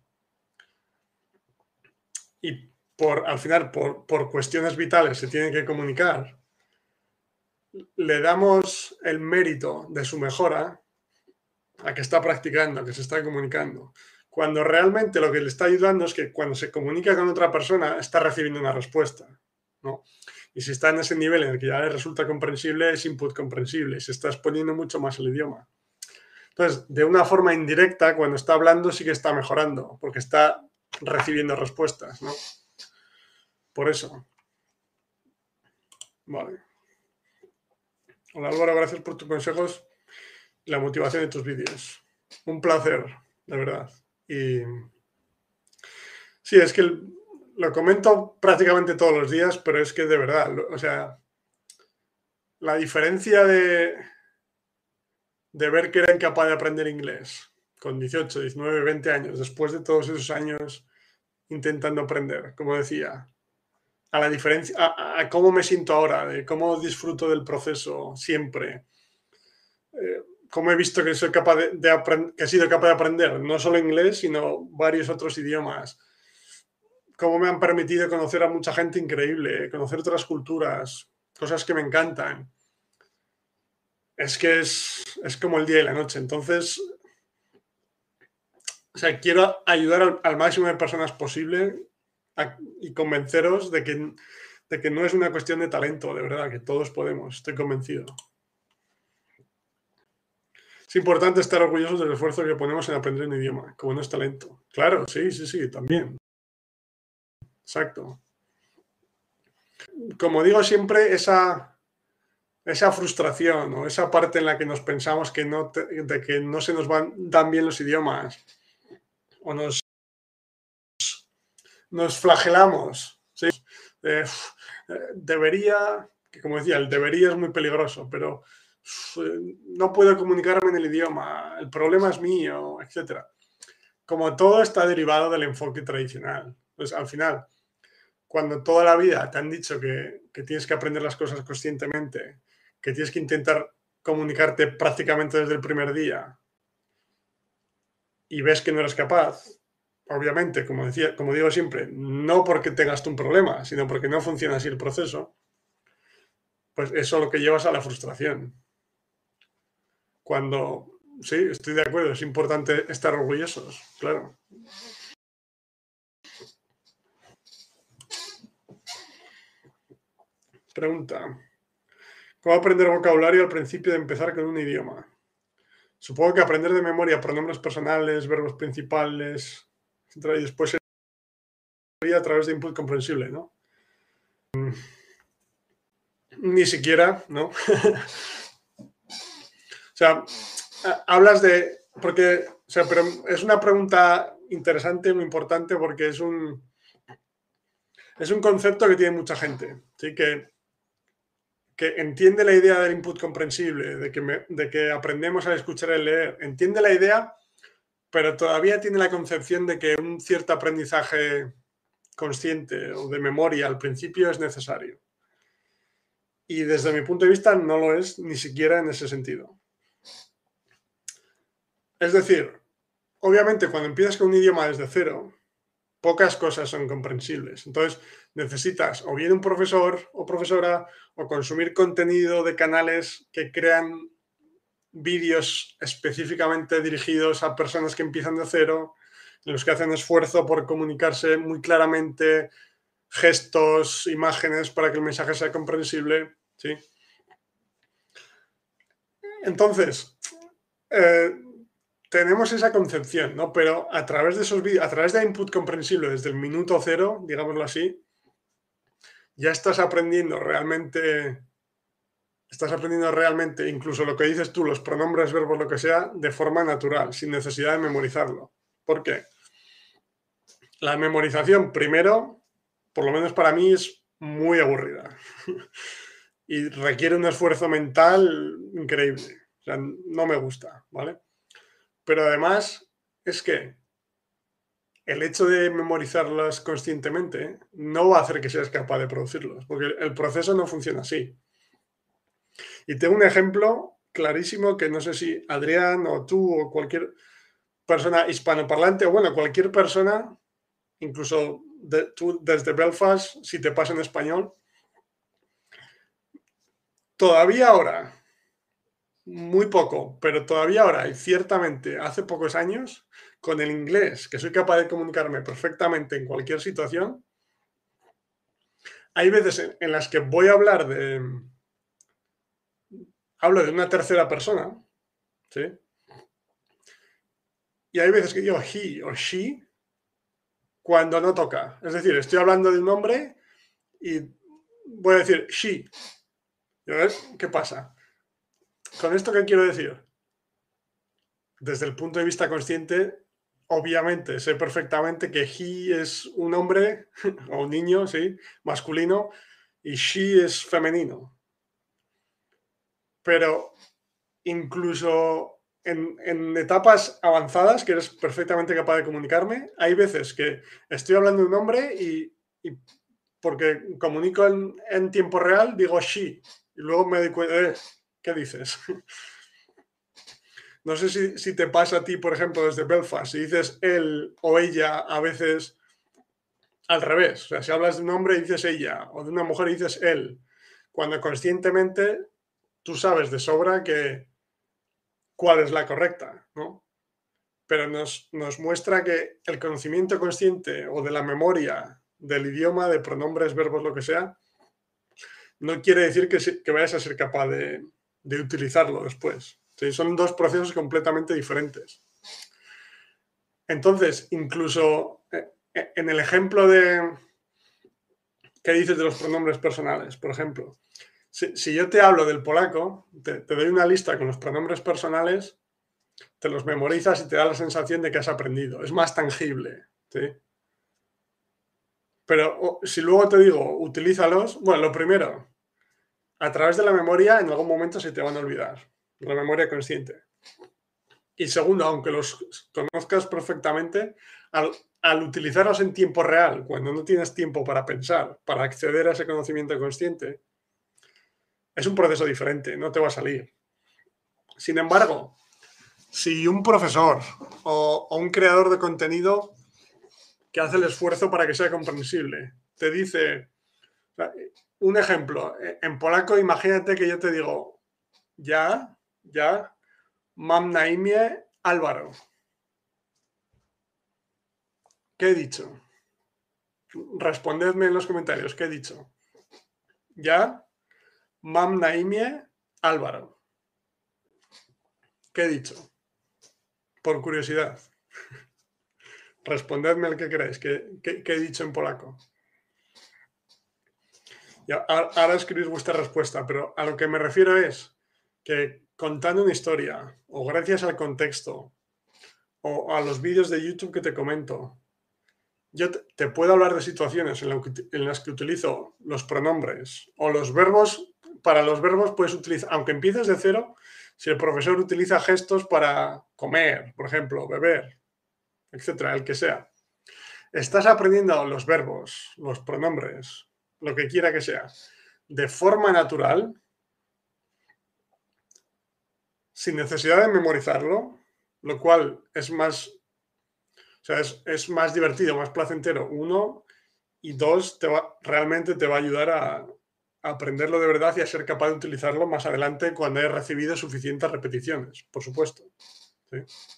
[SPEAKER 1] y por, al final por, por cuestiones vitales se tiene que comunicar, le damos el mérito de su mejora a que está practicando, a que se está comunicando, cuando realmente lo que le está ayudando es que cuando se comunica con otra persona está recibiendo una respuesta, ¿no? Y si está en ese nivel en el que ya le resulta comprensible, es input comprensible, se está exponiendo mucho más el idioma. Entonces, de una forma indirecta, cuando está hablando sí que está mejorando, porque está recibiendo respuestas, ¿no? Por eso. Vale. Hola Álvaro, gracias por tus consejos y la motivación de tus vídeos. Un placer, de verdad. Y sí, es que lo comento prácticamente todos los días, pero es que de verdad, o sea, la diferencia de, de ver que era incapaz de aprender inglés con dieciocho, diecinueve, veinte años, después de todos esos años intentando aprender, como decía, a la diferencia, a, a cómo me siento ahora, de cómo disfruto del proceso siempre, eh, cómo he visto que soy capaz de, de que he sido capaz de aprender no solo inglés, sino varios otros idiomas, cómo me han permitido conocer a mucha gente increíble, conocer otras culturas, cosas que me encantan. Es que es, es como el día y la noche. Entonces, o sea, quiero ayudar al, al máximo de personas posible a, y convenceros de que, de que no es una cuestión de talento, de verdad, que todos podemos, estoy convencido. Es importante estar orgullosos del esfuerzo que ponemos en aprender un idioma, como no es talento. Claro, sí, sí, sí, también. Exacto. Como digo siempre, esa, esa frustración o esa parte en la que nos pensamos que no, te, de que no se nos van tan bien los idiomas o nos, nos flagelamos, ¿sí? Eh, debería, que como decía, el debería es muy peligroso, pero no puedo comunicarme en el idioma, el problema es mío, etcétera. Como todo está derivado del enfoque tradicional. Pues al final, cuando toda la vida te han dicho que, que tienes que aprender las cosas conscientemente, que tienes que intentar comunicarte prácticamente desde el primer día y ves que no eres capaz, obviamente, como, decía, como digo siempre, no porque tengas tú un problema, sino porque no funciona así el proceso, pues eso es lo que llevas a la frustración. Cuando, sí, estoy de acuerdo, es importante estar orgullosos, claro. Pregunta. ¿Cómo aprender vocabulario al principio de empezar con un idioma? Supongo que aprender de memoria pronombres personales, verbos principales, etcétera, y después sería a través de input comprensible, ¿no? Ni siquiera, ¿no? O sea, hablas de... Porque, o sea, pero es una pregunta interesante, muy importante, porque es un, es un concepto que tiene mucha gente, ¿sí? Que, que entiende la idea del input comprensible, de que, me, de que aprendemos a escuchar y leer, entiende la idea, pero todavía tiene la concepción de que un cierto aprendizaje consciente o de memoria al principio es necesario. Y desde mi punto de vista no lo es ni siquiera en ese sentido. Es decir, obviamente cuando empiezas con un idioma desde cero, pocas cosas son comprensibles. Entonces necesitas o bien un profesor o profesora o consumir contenido de canales que crean vídeos específicamente dirigidos a personas que empiezan de cero, en los que hacen esfuerzo por comunicarse muy claramente, gestos, imágenes para que el mensaje sea comprensible, ¿sí? Entonces, eh, tenemos esa concepción, ¿no? Pero a través de esos vídeos, a través de input comprensible desde el minuto cero, digámoslo así, ya estás aprendiendo realmente, estás aprendiendo realmente, incluso lo que dices tú, los pronombres, verbos, lo que sea, de forma natural, sin necesidad de memorizarlo. ¿Por qué? La memorización, primero, por lo menos para mí, es muy aburrida. Y requiere un esfuerzo mental increíble. O sea, no me gusta, ¿vale? Pero además es que el hecho de memorizarlas conscientemente no va a hacer que seas capaz de producirlos, porque el proceso no funciona así. Y tengo un ejemplo clarísimo que no sé si Adrián o tú o cualquier persona hispanoparlante, o bueno, cualquier persona, incluso de, tú desde Belfast, si te pasa en español, todavía ahora, muy poco, pero todavía ahora y ciertamente hace pocos años, con el inglés, que soy capaz de comunicarme perfectamente en cualquier situación, hay veces en, en las que voy a hablar de, hablo de una tercera persona, ¿sí? Y hay veces que digo he o she cuando no toca. Es decir, estoy hablando de un hombre y voy a decir she. ¿Qué pasa? ¿Con esto qué quiero decir? Desde el punto de vista consciente, obviamente sé perfectamente que he es un hombre o un niño, sí, masculino, y she es femenino. Pero incluso en, en, etapas avanzadas, que eres perfectamente capaz de comunicarme, hay veces que estoy hablando de un hombre y, y porque comunico en, en, tiempo real, digo she, y luego me doy cuenta, eh, ¿qué dices? No sé si, si, te pasa a ti, por ejemplo, desde Belfast, si dices él o ella a veces al revés, o sea, si hablas de un hombre y dices ella, o de una mujer y dices él, cuando conscientemente tú sabes de sobra que cuál es la correcta, ¿no? Pero nos, nos muestra que el conocimiento consciente o de la memoria del idioma, de pronombres, verbos, lo que sea, no quiere decir que, que vayas a ser capaz de, de utilizarlo después. ¿Sí? Son dos procesos completamente diferentes. Entonces, incluso en el ejemplo de que dices de los pronombres personales, por ejemplo, si, si yo te hablo del polaco, te, te doy una lista con los pronombres personales, te los memorizas y te da la sensación de que has aprendido. Es más tangible, ¿sí? Pero oh, si luego te digo, utilízalos, bueno, lo primero, a través de la memoria en algún momento se te van a olvidar, la memoria consciente. Y segundo, aunque los conozcas perfectamente, al, al utilizarlos en tiempo real, cuando no tienes tiempo para pensar, para acceder a ese conocimiento consciente, es un proceso diferente, no te va a salir. Sin embargo, si un profesor o, o un creador de contenido que hace el esfuerzo para que sea comprensible te dice, un ejemplo, en polaco, imagínate que yo te digo, ya, ya, mam na imię Álvaro. ¿Qué he dicho? Respondedme en los comentarios, ¿qué he dicho? Ya, mam na imię Álvaro. ¿Qué he dicho? Por curiosidad. Respondedme el que queráis, ¿qué, qué, qué he dicho en polaco? Y ahora escribís vuestra respuesta, pero a lo que me refiero es que contando una historia, o gracias al contexto, o a los vídeos de YouTube que te comento, yo te, te puedo hablar de situaciones en, la que, en las que utilizo los pronombres o los verbos. Para los verbos puedes utilizar, aunque empieces de cero, si el profesor utiliza gestos para comer, por ejemplo, beber, etcétera, el que sea. Estás aprendiendo los verbos, los pronombres, lo que quiera que sea, de forma natural, sin necesidad de memorizarlo, lo cual es más, o sea, es, es más divertido, más placentero, uno, y dos, te va, realmente te va a ayudar a, a aprenderlo de verdad y a ser capaz de utilizarlo más adelante cuando hayas recibido suficientes repeticiones, por supuesto. ¿Sí?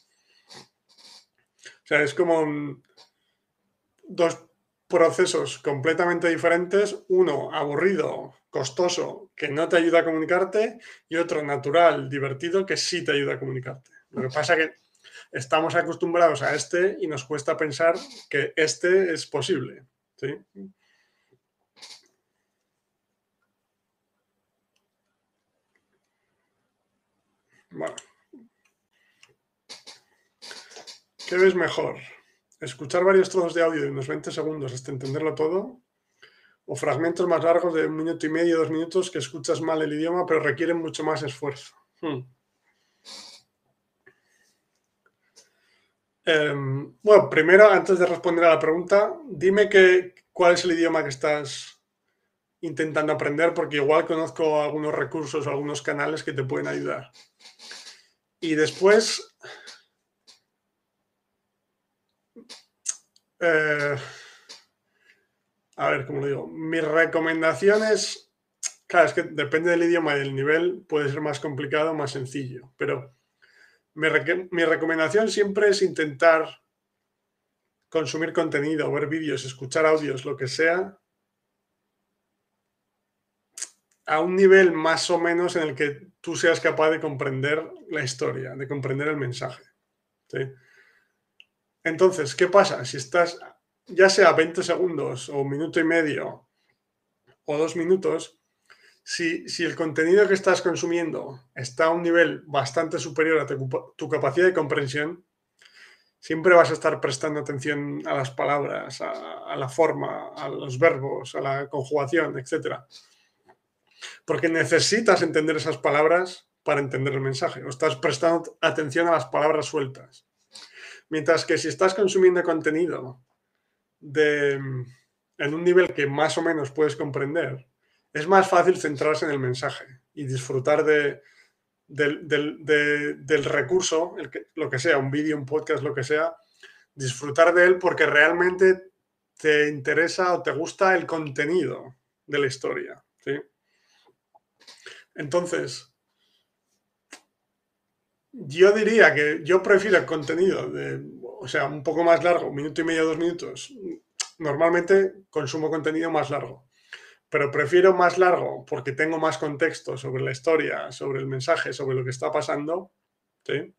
[SPEAKER 1] O sea, es como un, dos procesos completamente diferentes, uno aburrido, costoso, que no te ayuda a comunicarte, y otro natural, divertido, que sí te ayuda a comunicarte. Lo que pasa es que estamos acostumbrados a este y nos cuesta pensar que este es posible. ¿Sí? Bueno. ¿Qué ves mejor? ¿Escuchar varios trozos de audio de unos veinte segundos hasta entenderlo todo? ¿O fragmentos más largos de un minuto y medio, dos minutos, que escuchas mal el idioma pero requieren mucho más esfuerzo? Hmm. Eh, bueno, primero, antes de responder a la pregunta, dime que, cuál es el idioma que estás intentando aprender, porque igual conozco algunos recursos o algunos canales que te pueden ayudar. Y después, eh, a ver, ¿cómo lo digo? Mis recomendaciones, claro, es que depende del idioma y del nivel, puede ser más complicado o más sencillo, pero mi, re mi recomendación siempre es intentar consumir contenido, ver vídeos, escuchar audios, lo que sea, a un nivel más o menos en el que tú seas capaz de comprender la historia, de comprender el mensaje. ¿Sí? Entonces, ¿qué pasa? Si estás, ya sea veinte segundos o un minuto y medio o dos minutos, si, si el contenido que estás consumiendo está a un nivel bastante superior a tu, tu capacidad de comprensión, siempre vas a estar prestando atención a las palabras, a, a la forma, a los verbos, a la conjugación, etcétera. Porque necesitas entender esas palabras para entender el mensaje, o estás prestando atención a las palabras sueltas. Mientras que si estás consumiendo contenido de, en un nivel que más o menos puedes comprender, es más fácil centrarse en el mensaje y disfrutar de, del, del, de, del recurso, el que, lo que sea, un vídeo, un podcast, lo que sea, disfrutar de él porque realmente te interesa o te gusta el contenido de la historia. ¿Sí? Entonces, yo diría que yo prefiero el contenido, de, o sea, un poco más largo, un minuto y medio, dos minutos. Normalmente consumo contenido más largo, pero prefiero más largo porque tengo más contexto sobre la historia, sobre el mensaje, sobre lo que está pasando. ¿Sí?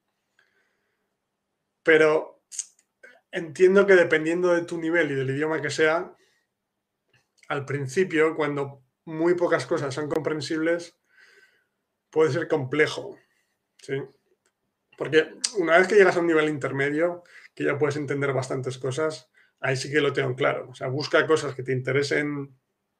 [SPEAKER 1] Pero entiendo que dependiendo de tu nivel y del idioma que sea, al principio, cuando muy pocas cosas son comprensibles, puede ser complejo. ¿Sí? Porque una vez que llegas a un nivel intermedio, que ya puedes entender bastantes cosas, ahí sí que lo tengo claro. O sea, busca cosas que te interesen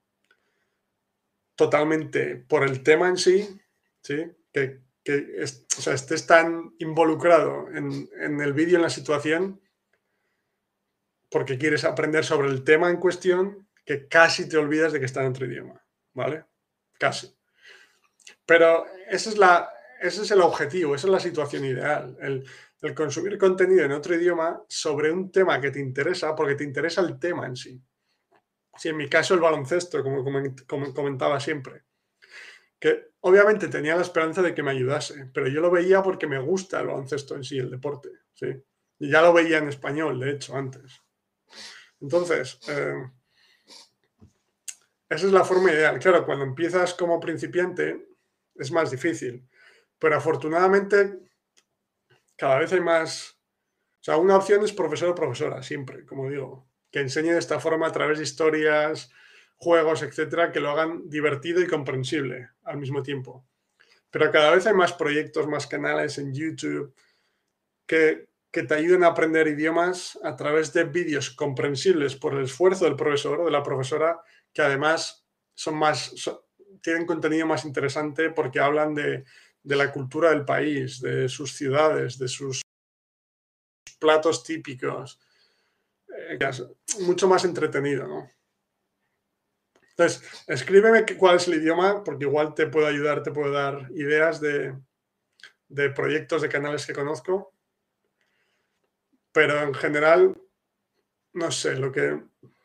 [SPEAKER 1] totalmente por el tema en sí, ¿sí? Que, que es, o sea, estés tan involucrado en, en el vídeo, en la situación, porque quieres aprender sobre el tema en cuestión, que casi te olvidas de que está en otro idioma, ¿vale? Casi. Pero esa es la, ese es el objetivo, esa es la situación ideal, el, el consumir contenido en otro idioma sobre un tema que te interesa, porque te interesa el tema en sí. Si en mi caso el baloncesto, como, como comentaba siempre, que obviamente tenía la esperanza de que me ayudase, pero yo lo veía porque me gusta el baloncesto en sí, el deporte, ¿sí? Y ya lo veía en español, de hecho, antes. Entonces, eh, esa es la forma ideal. Claro, cuando empiezas como principiante es más difícil, pero afortunadamente cada vez hay más. O sea, una opción es profesor o profesora, siempre, como digo, que enseñe de esta forma a través de historias juegos, etcétera, que lo hagan divertido y comprensible al mismo tiempo. Pero cada vez hay más proyectos, más canales en YouTube que, que te ayuden a aprender idiomas a través de vídeos comprensibles por el esfuerzo del profesor o de la profesora, que además son más, son, tienen contenido más interesante porque hablan de, de la cultura del país, de sus ciudades, de sus platos típicos. Eh, mucho más entretenido, ¿no? Entonces, escríbeme cuál es el idioma, porque igual te puedo ayudar, te puedo dar ideas de, de proyectos, de canales que conozco. Pero en general, no sé, lo que,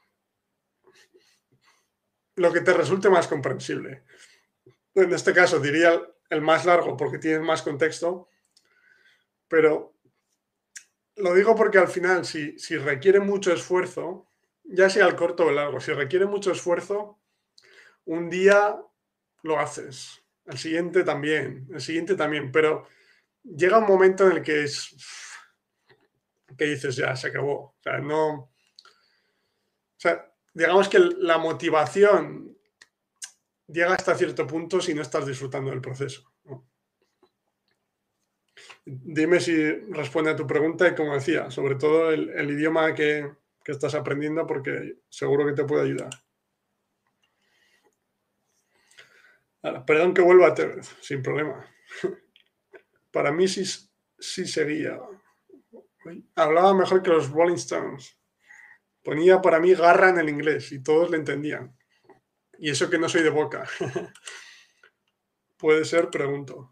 [SPEAKER 1] lo que te resulte más comprensible. En este caso diría el más largo porque tiene más contexto, pero lo digo porque al final, si, si requiere mucho esfuerzo, ya sea el corto o el largo, si requiere mucho esfuerzo, un día lo haces, el siguiente también, el siguiente también, pero llega un momento en el que es que dices, ya, se acabó. O sea, no... O sea, digamos que la motivación llega hasta cierto punto si no estás disfrutando del proceso, ¿no? Dime si responde a tu pregunta y, como decía, sobre todo el, el idioma que, que estás aprendiendo, porque seguro que te puede ayudar. Ahora, perdón que vuelva a Tevez, sin problema. Para mí sí, sí seguía. Hablaba mejor que los Rolling Stones. Ponía para mí garra en el inglés y todos le entendían. Y eso que no soy de Boca. Puede ser, pregunto.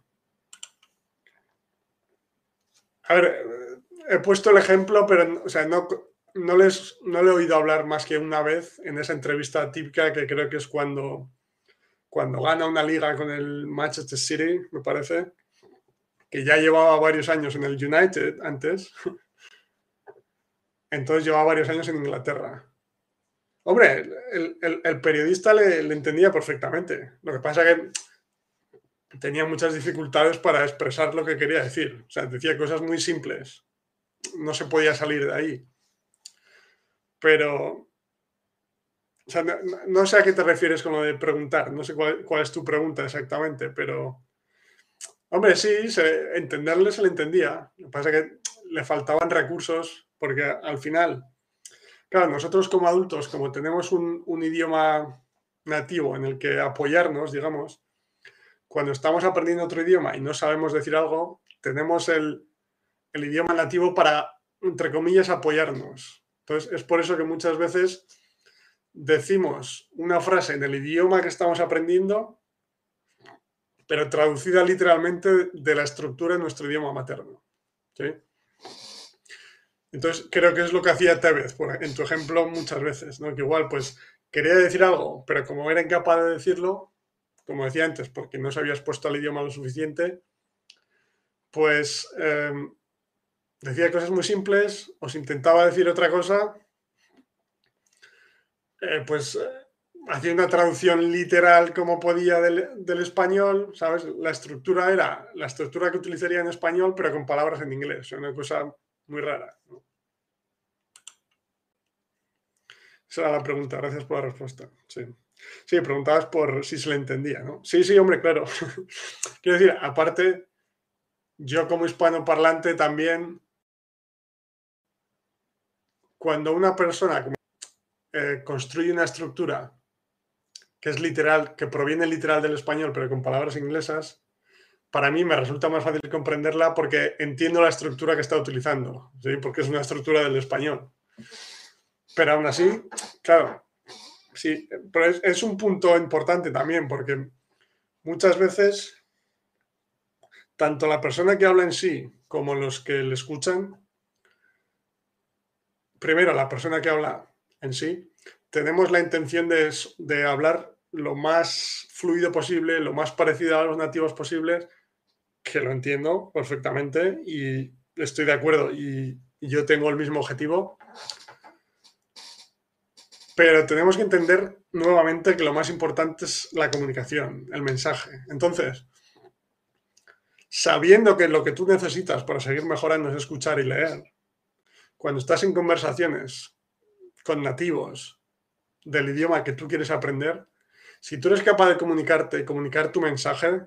[SPEAKER 1] A ver, he puesto el ejemplo, pero o sea, no, no, les, no le he oído hablar más que una vez en esa entrevista típica que creo que es cuando, cuando gana una liga con el Manchester City, me parece, que ya llevaba varios años en el United antes. Entonces llevaba varios años en Inglaterra. Hombre, el, el, el periodista le, le entendía perfectamente. Lo que pasa es que tenía muchas dificultades para expresar lo que quería decir. O sea, decía cosas muy simples. No se podía salir de ahí. Pero, o sea, no, no sé a qué te refieres con lo de preguntar. No sé cuál, cuál es tu pregunta exactamente, pero... Hombre, sí, se, entenderle se le entendía. Lo que pasa es que le faltaban recursos porque al final... Claro, nosotros como adultos, como tenemos un, un idioma nativo en el que apoyarnos, digamos, cuando estamos aprendiendo otro idioma y no sabemos decir algo, tenemos el, el idioma nativo para, entre comillas, apoyarnos. Entonces, es por eso que muchas veces decimos una frase en el idioma que estamos aprendiendo, pero traducida literalmente de la estructura de nuestro idioma materno. ¿Sí? Entonces, creo que es lo que hacía Tevez, por, en tu ejemplo, muchas veces, ¿no? Que igual, pues, quería decir algo, pero como era incapaz de decirlo, como decía antes, porque no se había expuesto al idioma lo suficiente, pues eh, decía cosas muy simples, o se intentaba decir otra cosa, eh, pues eh, hacía una traducción literal como podía del, del español, ¿sabes? La estructura era la estructura que utilizaría en español, pero con palabras en inglés, una cosa muy rara, ¿no? Esa era la pregunta, gracias por la respuesta. Sí, sí, preguntabas por si se le entendía, ¿no? Sí, sí, hombre, claro. Quiero decir, aparte, yo como hispanoparlante también, cuando una persona eh, construye una estructura que es literal, que proviene literal del español, pero con palabras inglesas, para mí me resulta más fácil comprenderla porque entiendo la estructura que está utilizando, ¿sí? Porque es una estructura del español. Pero aún así, claro, sí, pero es, es un punto importante también, porque muchas veces, tanto la persona que habla en sí como los que le escuchan, primero la persona que habla en sí, tenemos la intención de, de hablar lo más fluido posible, lo más parecido a los nativos posibles, que lo entiendo perfectamente y estoy de acuerdo y, y yo tengo el mismo objetivo. Pero tenemos que entender nuevamente que lo más importante es la comunicación, el mensaje. Entonces, sabiendo que lo que tú necesitas para seguir mejorando es escuchar y leer, cuando estás en conversaciones con nativos, del idioma que tú quieres aprender, si tú eres capaz de comunicarte y comunicar tu mensaje,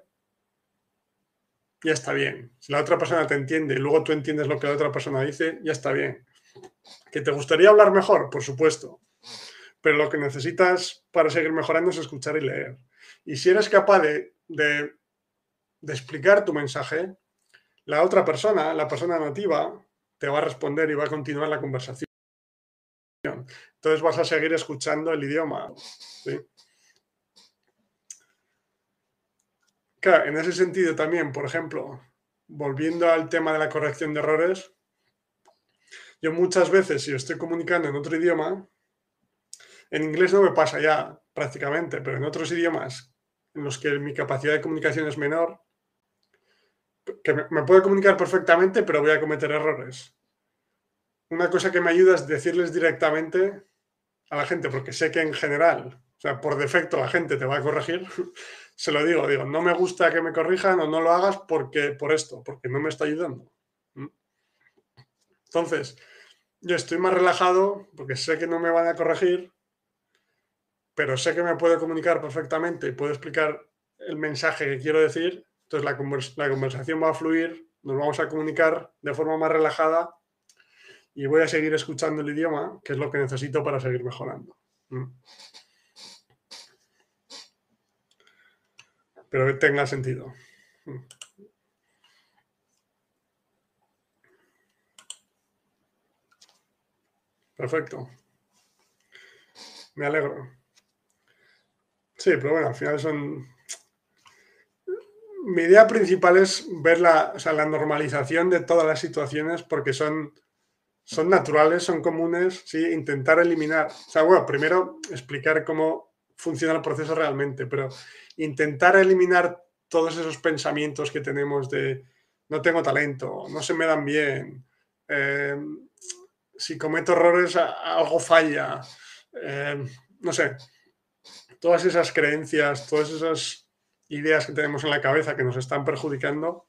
[SPEAKER 1] ya está bien. Si la otra persona te entiende y luego tú entiendes lo que la otra persona dice, ya está bien. ¿Que te gustaría hablar mejor? Por supuesto. Pero lo que necesitas para seguir mejorando es escuchar y leer. Y si eres capaz de, de, de explicar tu mensaje, la otra persona, la persona nativa, te va a responder y va a continuar la conversación. Entonces vas a seguir escuchando el idioma. ¿Sí? Claro, en ese sentido también, por ejemplo, volviendo al tema de la corrección de errores, yo muchas veces, si estoy comunicando en otro idioma, en inglés no me pasa ya prácticamente, pero en otros idiomas en los que mi capacidad de comunicación es menor, que me, me puedo comunicar perfectamente, pero voy a cometer errores. Una cosa que me ayuda es decirles directamente a la gente, porque sé que en general, o sea, por defecto la gente te va a corregir, se lo digo, digo, no me gusta que me corrijan o no lo hagas porque, por esto, porque no me está ayudando. Entonces, yo estoy más relajado porque sé que no me van a corregir, pero sé que me puedo comunicar perfectamente y puedo explicar el mensaje que quiero decir. Entonces la, convers la conversación va a fluir, nos vamos a comunicar de forma más relajada y voy a seguir escuchando el idioma, que es lo que necesito para seguir mejorando. Pero que tenga sentido. Perfecto. Me alegro. Sí, pero bueno, al final son... Mi idea principal es ver la, o sea, la normalización de todas las situaciones porque son, son naturales, son comunes, ¿sí? Intentar eliminar... O sea, bueno, primero explicar cómo funciona el proceso realmente, pero intentar eliminar todos esos pensamientos que tenemos de no tengo talento, no se me dan bien, eh, si cometo errores algo falla, eh, no sé, todas esas creencias, todas esas ideas que tenemos en la cabeza que nos están perjudicando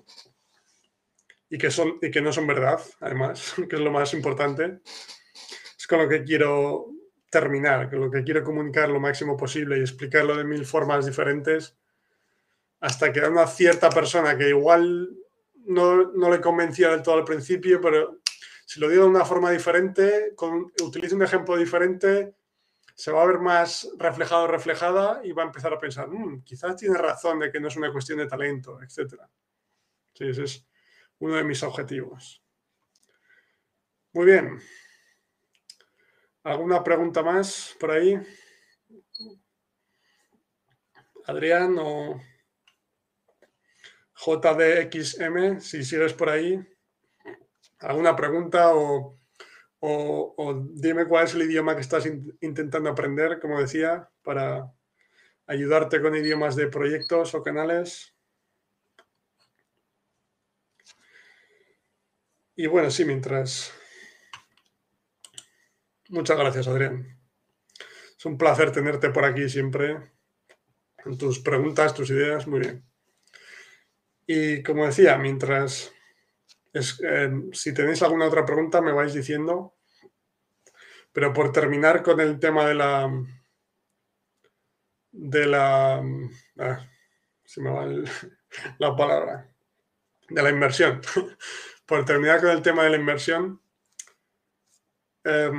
[SPEAKER 1] y que, son, y que no son verdad, además, que es lo más importante, es con lo que quiero terminar, con lo que quiero comunicar lo máximo posible y explicarlo de mil formas diferentes hasta que a una cierta persona que igual no, no le convencía del todo al principio, pero si lo digo de una forma diferente, con, utilizo un ejemplo diferente, se va a ver más reflejado o reflejada y va a empezar a pensar, mmm, quizás tiene razón de que no es una cuestión de talento, etcétera. Sí, ese es uno de mis objetivos. Muy bien. ¿Alguna pregunta más por ahí? Adrián o J D X M, si sigues por ahí. ¿Alguna pregunta o, o, o dime cuál es el idioma que estás in, intentando aprender, como decía, para ayudarte con idiomas de proyectos o canales? Y bueno, sí, mientras... Muchas gracias, Adrián. Es un placer tenerte por aquí siempre, en tus preguntas, tus ideas, muy bien. Y como decía, mientras... Es, eh, si tenéis alguna otra pregunta, me vais diciendo. Pero por terminar con el tema de la... De la... Ah, se me va el, la palabra. De la inversión. Por terminar con el tema de la inversión, eh,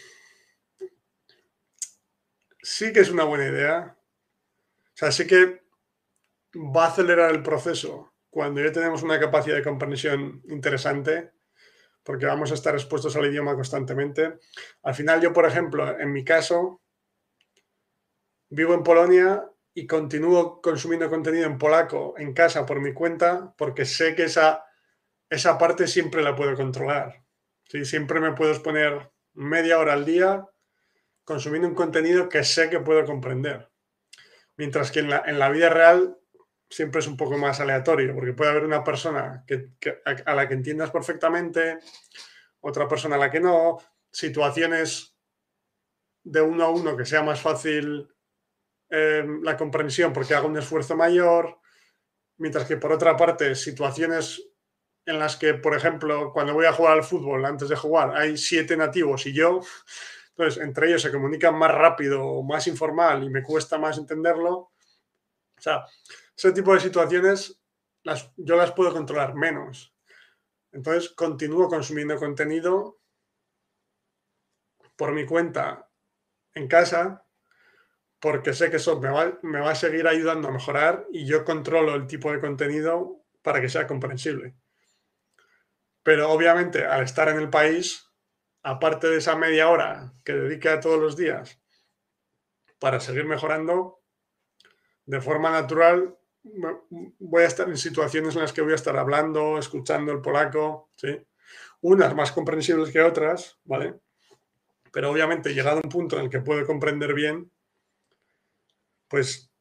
[SPEAKER 1] sí que es una buena idea. O sea, sí que va a acelerar el proceso cuando ya tenemos una capacidad de comprensión interesante, porque vamos a estar expuestos al idioma constantemente. Al final yo, por ejemplo, en mi caso, vivo en Polonia y continúo consumiendo contenido en polaco en casa por mi cuenta, porque sé que esa, esa parte siempre la puedo controlar. ¿Sí? Siempre me puedo exponer media hora al día consumiendo un contenido que sé que puedo comprender. Mientras que en la, en la vida real siempre es un poco más aleatorio, porque puede haber una persona que, que, a la que entiendas perfectamente, otra persona a la que no, situaciones de uno a uno que sea más fácil eh, la comprensión porque hago un esfuerzo mayor, mientras que por otra parte situaciones en las que, por ejemplo, cuando voy a jugar al fútbol, antes de jugar, hay siete nativos y yo, Entonces, entre ellos se comunican más rápido, más informal y me cuesta más entenderlo. O sea, ese tipo de situaciones las, yo las puedo controlar menos. Entonces, continúo consumiendo contenido por mi cuenta en casa porque sé que eso me va, me va a seguir ayudando a mejorar y yo controlo el tipo de contenido para que sea comprensible. Pero obviamente, al estar en el país, aparte de esa media hora que dedica todos los días para seguir mejorando, de forma natural voy a estar en situaciones en las que voy a estar hablando, escuchando el polaco, ¿sí? Unas más comprensibles que otras, ¿vale? Pero obviamente, llegado a un punto en el que puedo comprender bien, pues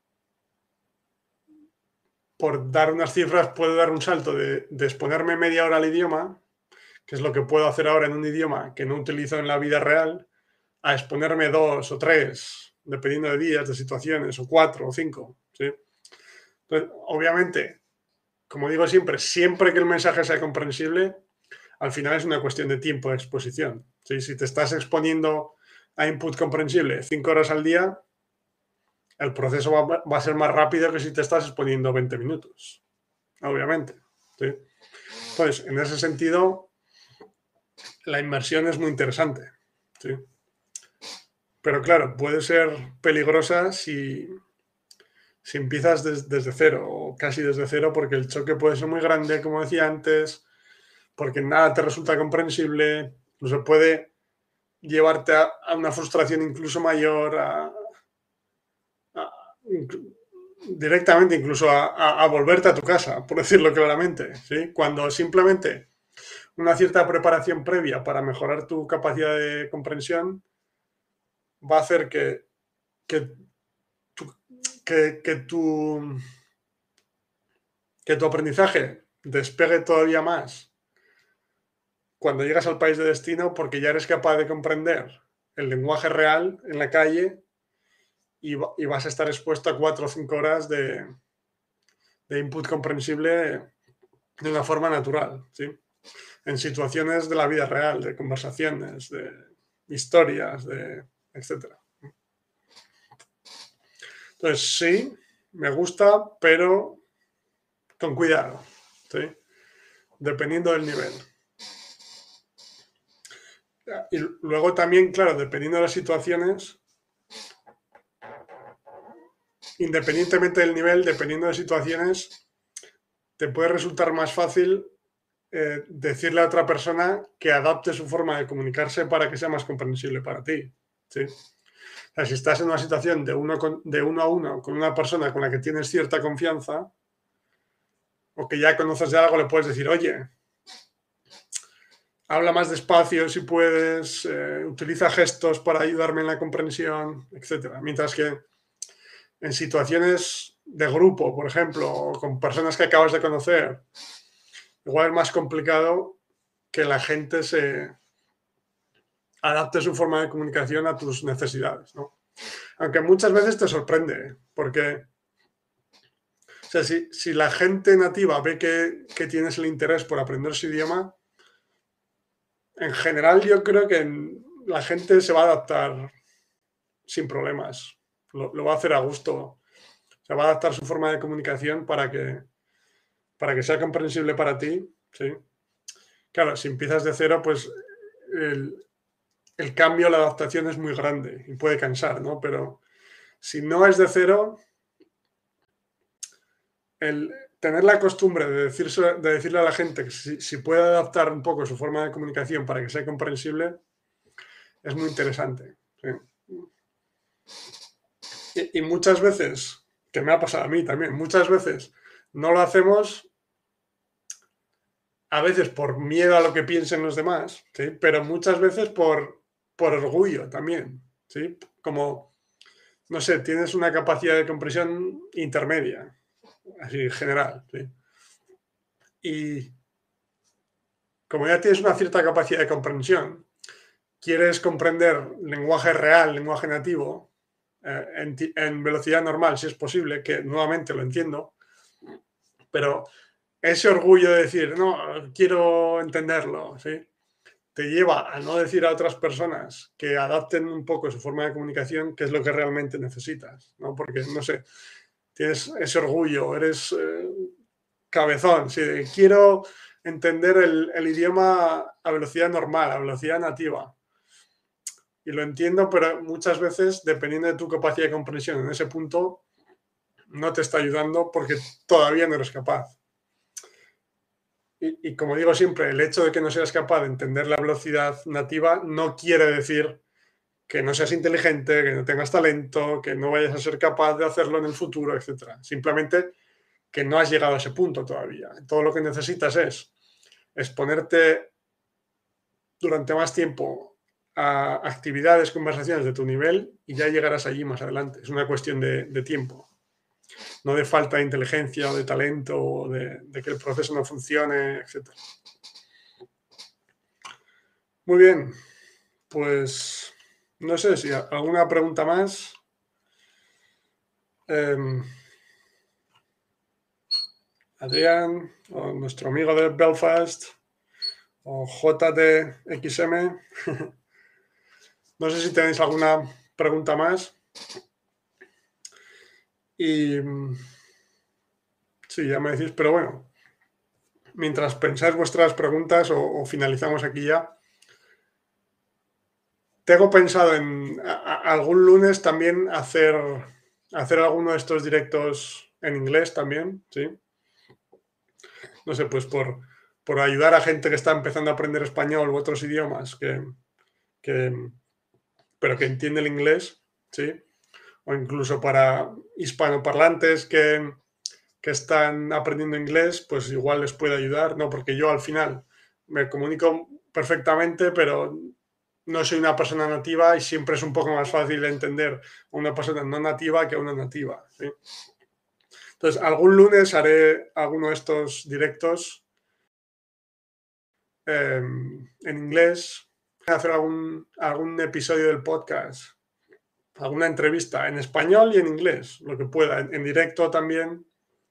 [SPEAKER 1] por dar unas cifras puedo dar un salto de, de exponerme media hora al idioma, que es lo que puedo hacer ahora en un idioma que no utilizo en la vida real, a exponerme dos o tres, dependiendo de días, de situaciones, o cuatro o cinco, ¿sí? Entonces, obviamente, como digo siempre, siempre que el mensaje sea comprensible, al final es una cuestión de tiempo de exposición, ¿sí? Si te estás exponiendo a input comprensible cinco horas al día, el proceso va, va a ser más rápido que si te estás exponiendo veinte minutos, obviamente, ¿sí? Entonces, en ese sentido, la inmersión es muy interesante, ¿sí? Pero claro, puede ser peligrosa si, si empiezas des, desde cero o casi desde cero, porque el choque puede ser muy grande, como decía antes, porque nada te resulta comprensible, incluso puede llevarte a, a una frustración incluso mayor, a, a, directamente incluso a, a, a volverte a tu casa, por decirlo claramente, ¿sí? Cuando simplemente una cierta preparación previa para mejorar tu capacidad de comprensión va a hacer que, que, tu, que, que, tu, que tu aprendizaje despegue todavía más cuando llegas al país de destino, porque ya eres capaz de comprender el lenguaje real en la calle y, y vas a estar expuesto a cuatro o cinco horas de, de input comprensible de una forma natural, ¿sí? En situaciones de la vida real, de conversaciones, de historias, de etcétera. Entonces, sí, me gusta, pero con cuidado, ¿sí? Dependiendo del nivel. Y luego también, claro, dependiendo de las situaciones, independientemente del nivel, dependiendo de situaciones, te puede resultar más fácil eh, decirle a otra persona que adapte su forma de comunicarse para que sea más comprensible para ti, ¿sí? O sea, si estás en una situación de uno, con, de uno a uno con una persona con la que tienes cierta confianza o que ya conoces de algo, le puedes decir, oye, habla más despacio si puedes, eh, utiliza gestos para ayudarme en la comprensión, etcétera. Mientras que en situaciones de grupo, por ejemplo, o con personas que acabas de conocer, igual es más complicado que la gente se adapte su forma de comunicación a tus necesidades, ¿no? Aunque muchas veces te sorprende, porque o sea, si, si la gente nativa ve que, que tienes el interés por aprender su idioma, en general yo creo que la gente se va a adaptar sin problemas. Lo, lo va a hacer a gusto. Se va a adaptar su forma de comunicación para que, para que sea comprensible para ti, ¿sí? Claro, si empiezas de cero, pues el, el cambio, la adaptación es muy grande y puede cansar, ¿no? Pero si no es de cero, el tener la costumbre de, decirse, de decirle a la gente que si, si puede adaptar un poco su forma de comunicación para que sea comprensible, es muy interesante, ¿sí? Y, y muchas veces, que me ha pasado a mí también, muchas veces no lo hacemos, a veces por miedo a lo que piensen los demás, ¿sí? Pero muchas veces por, por orgullo también, ¿sí? Como, no sé, tienes una capacidad de comprensión intermedia, así general, ¿sí? Y como ya tienes una cierta capacidad de comprensión, quieres comprender lenguaje real, lenguaje nativo, eh, en, en velocidad normal, si es posible, que nuevamente lo entiendo, pero ese orgullo de decir, no, quiero entenderlo, ¿sí? te lleva a no decir a otras personas que adapten un poco su forma de comunicación, qué es lo que realmente necesitas, ¿no? Porque, no sé, tienes ese orgullo, eres eh, cabezón, sí, de, quiero entender el, el idioma a velocidad normal, a velocidad nativa. Y lo entiendo, pero muchas veces, dependiendo de tu capacidad de comprensión en ese punto, no te está ayudando porque todavía no eres capaz. Y, y como digo siempre, el hecho de que no seas capaz de entender la velocidad nativa no quiere decir que no seas inteligente, que no tengas talento, que no vayas a ser capaz de hacerlo en el futuro, etcétera. Simplemente que no has llegado a ese punto todavía. Todo lo que necesitas es exponerte durante más tiempo a actividades, conversaciones de tu nivel y ya llegarás allí más adelante. Es una cuestión de, de tiempo, no de falta de inteligencia o de talento o de, de que el proceso no funcione, etcétera. Muy bien, pues no sé si alguna pregunta más. Eh, Adrián, o nuestro amigo de Belfast, o J D X M. No sé si tenéis alguna pregunta más. Y sí, ya me decís, pero bueno, mientras pensáis vuestras preguntas o, o finalizamos aquí ya, tengo pensado en a, a, algún lunes también hacer, hacer alguno de estos directos en inglés también, ¿sí? No sé, pues por, por ayudar a gente que está empezando a aprender español u otros idiomas, que, que, pero que entiende el inglés, ¿sí? O incluso para hispanoparlantes que, que están aprendiendo inglés, pues igual les puede ayudar, ¿no? Porque yo al final me comunico perfectamente, pero no soy una persona nativa y siempre es un poco más fácil de entender a una persona no nativa que a una nativa, ¿sí? Entonces, algún lunes haré alguno de estos directos eh, en inglés, hacer algún, algún episodio del podcast, alguna entrevista en español y en inglés, lo que pueda, en, en directo también.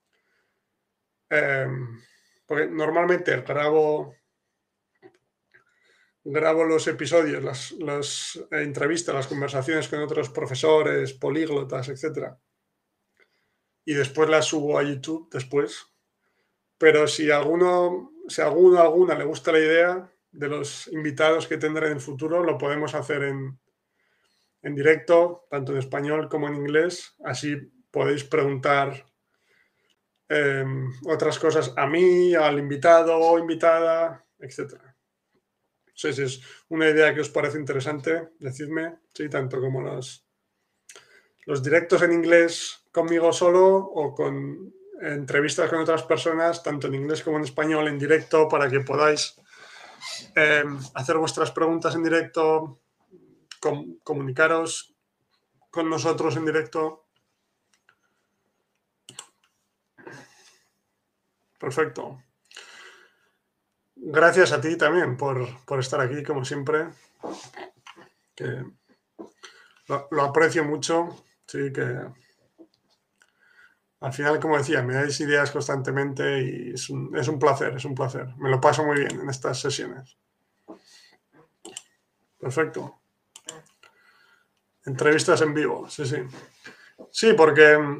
[SPEAKER 1] Eh, porque normalmente grabo, grabo los episodios, las, las entrevistas, las conversaciones con otros profesores, políglotas, etcétera. Y después las subo a YouTube después. Pero si alguno, si a alguno alguna le gusta la idea de los invitados que tendré en el futuro, lo podemos hacer en, en directo, tanto en español como en inglés. Así podéis preguntar eh, otras cosas a mí, al invitado o invitada, etcétera. No sé si es una idea que os parece interesante, decidme, sí, tanto como los, los directos en inglés conmigo solo o con entrevistas con otras personas, tanto en inglés como en español, en directo, para que podáis eh, hacer vuestras preguntas en directo, com comunicaros con nosotros en directo. Perfecto. Gracias a ti también por, por estar aquí, como siempre. Que lo, lo aprecio mucho. Sí, que al final, como decía, me dais ideas constantemente y es un, es un placer, es un placer. Me lo paso muy bien en estas sesiones. Perfecto. Entrevistas en vivo, sí, sí. Sí, porque,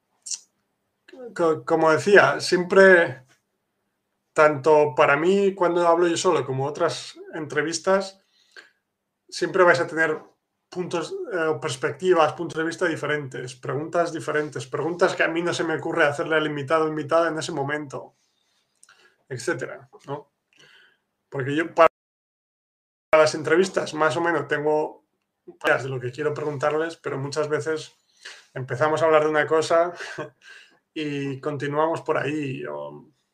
[SPEAKER 1] como decía, siempre, tanto para mí cuando hablo yo solo como otras entrevistas, siempre vais a tener puntos o eh, perspectivas, puntos de vista diferentes, preguntas diferentes, preguntas que a mí no se me ocurre hacerle al invitado o invitada en ese momento, etcétera, ¿no? Porque yo para las entrevistas más o menos tengo ideas de lo que quiero preguntarles, pero muchas veces empezamos a hablar de una cosa y continuamos por ahí. O,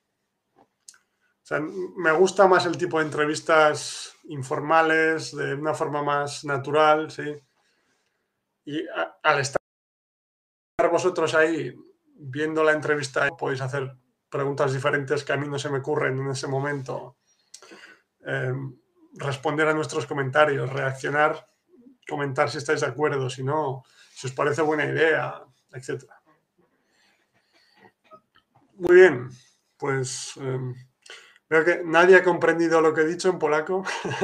[SPEAKER 1] o sea, me gusta más el tipo de entrevistas informales, de una forma más natural, ¿sí? Y a, al estar vosotros ahí viendo la entrevista, podéis hacer preguntas diferentes que a mí no se me ocurren en ese momento. Eh, responder a nuestros comentarios, reaccionar, comentar si estáis de acuerdo, si no, si os parece buena idea, etcétera. Muy bien, pues eh, Veo que nadie ha comprendido lo que he dicho en polaco.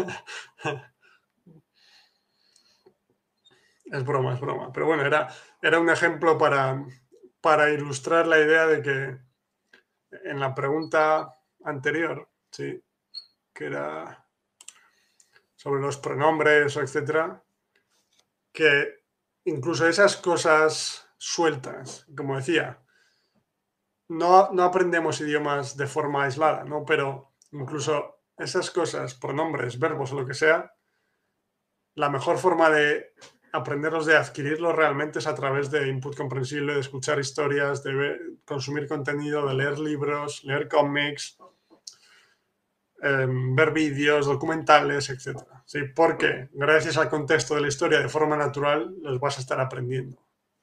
[SPEAKER 1] Es broma, es broma. Pero bueno, era, era un ejemplo para, para ilustrar la idea de que en la pregunta anterior, sí, que era sobre los pronombres, etcétera, que incluso esas cosas sueltas, como decía, no, no aprendemos idiomas de forma aislada, ¿no? Pero incluso esas cosas, pronombres, verbos o lo que sea, la mejor forma de aprenderlos, de adquirirlos realmente es a través de input comprensible, de escuchar historias, de ver, consumir contenido, de leer libros, leer cómics, eh, ver vídeos, documentales, etcétera. ¿Sí? Porque gracias al contexto de la historia de forma natural los vas a estar aprendiendo.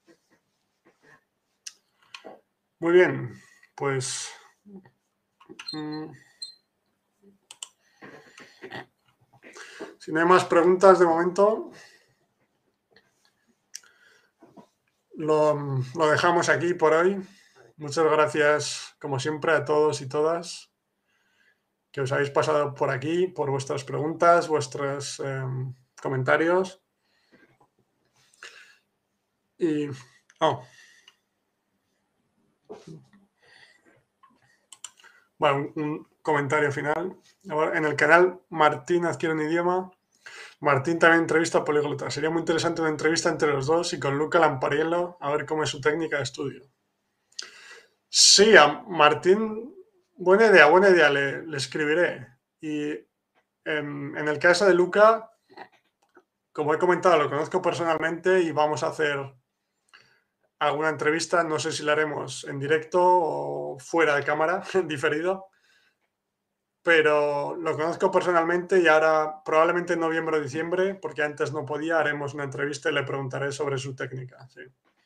[SPEAKER 1] Muy bien, pues... Mmm, si no hay más preguntas de momento, lo, lo dejamos aquí por hoy. Muchas gracias, como siempre, a todos y todas que os habéis pasado por aquí, por vuestras preguntas, vuestros eh, comentarios. Y... Oh. Bueno, un, un comentario final. Ahora, en el canal Martín Adquiere un Idioma, Martín también entrevista a políglota. Sería muy interesante una entrevista entre los dos y con Luca Lampariello a ver cómo es su técnica de estudio. Sí, a Martín, buena idea, buena idea, le, le escribiré. Y en, en el caso de Luca, como he comentado, lo conozco personalmente y vamos a hacer alguna entrevista. No sé si la haremos en directo o fuera de cámara, diferido. Pero lo conozco personalmente y ahora probablemente en noviembre o diciembre, porque antes no podía, haremos una entrevista y le preguntaré sobre su técnica. Sí.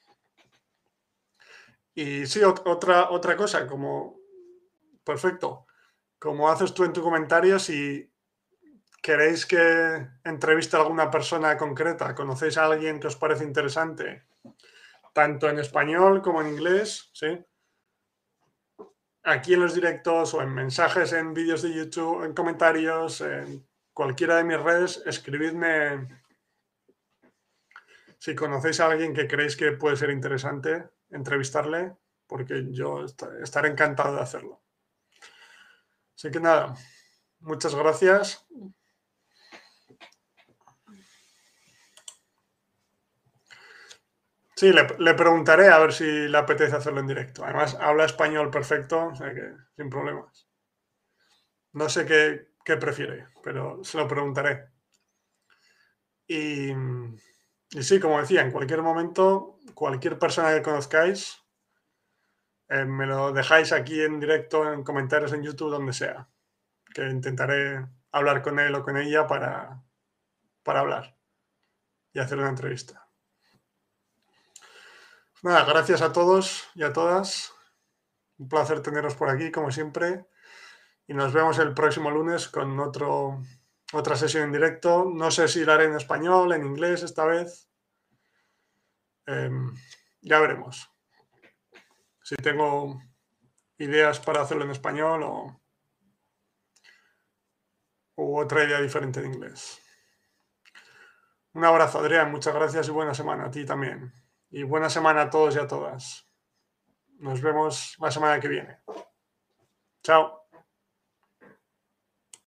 [SPEAKER 1] Y sí, otra, otra cosa, como... Perfecto. Como haces tú en tu comentario, si queréis que entreviste a alguna persona concreta, conocéis a alguien que os parece interesante, tanto en español como en inglés, ¿sí? Aquí en los directos o en mensajes en vídeos de YouTube, en comentarios, en cualquiera de mis redes, escribidme si conocéis a alguien que creéis que puede ser interesante entrevistarle, porque yo estaré encantado de hacerlo. Así que nada, muchas gracias. Sí, le, le, preguntaré a ver si le apetece hacerlo en directo. Además, habla español perfecto, o sea que sin problemas. No sé qué, qué prefiere, pero se lo preguntaré. Y, y sí, como decía, en cualquier momento, cualquier persona que conozcáis, eh, me lo dejáis aquí en directo, en comentarios en YouTube, donde sea. Que intentaré hablar con él o con ella para, para hablar y hacer una entrevista. Nada, gracias a todos y a todas. Un placer teneros por aquí, como siempre. Y nos vemos el próximo lunes con otro, otra sesión en directo. No sé si la haré en español, en inglés esta vez. Eh, ya veremos. Si tengo ideas para hacerlo en español o u otra idea diferente en inglés. Un abrazo, Adrián. Muchas gracias y buena semana a ti también. Y buena semana a todos y a todas. Nos vemos la semana que viene. Chao.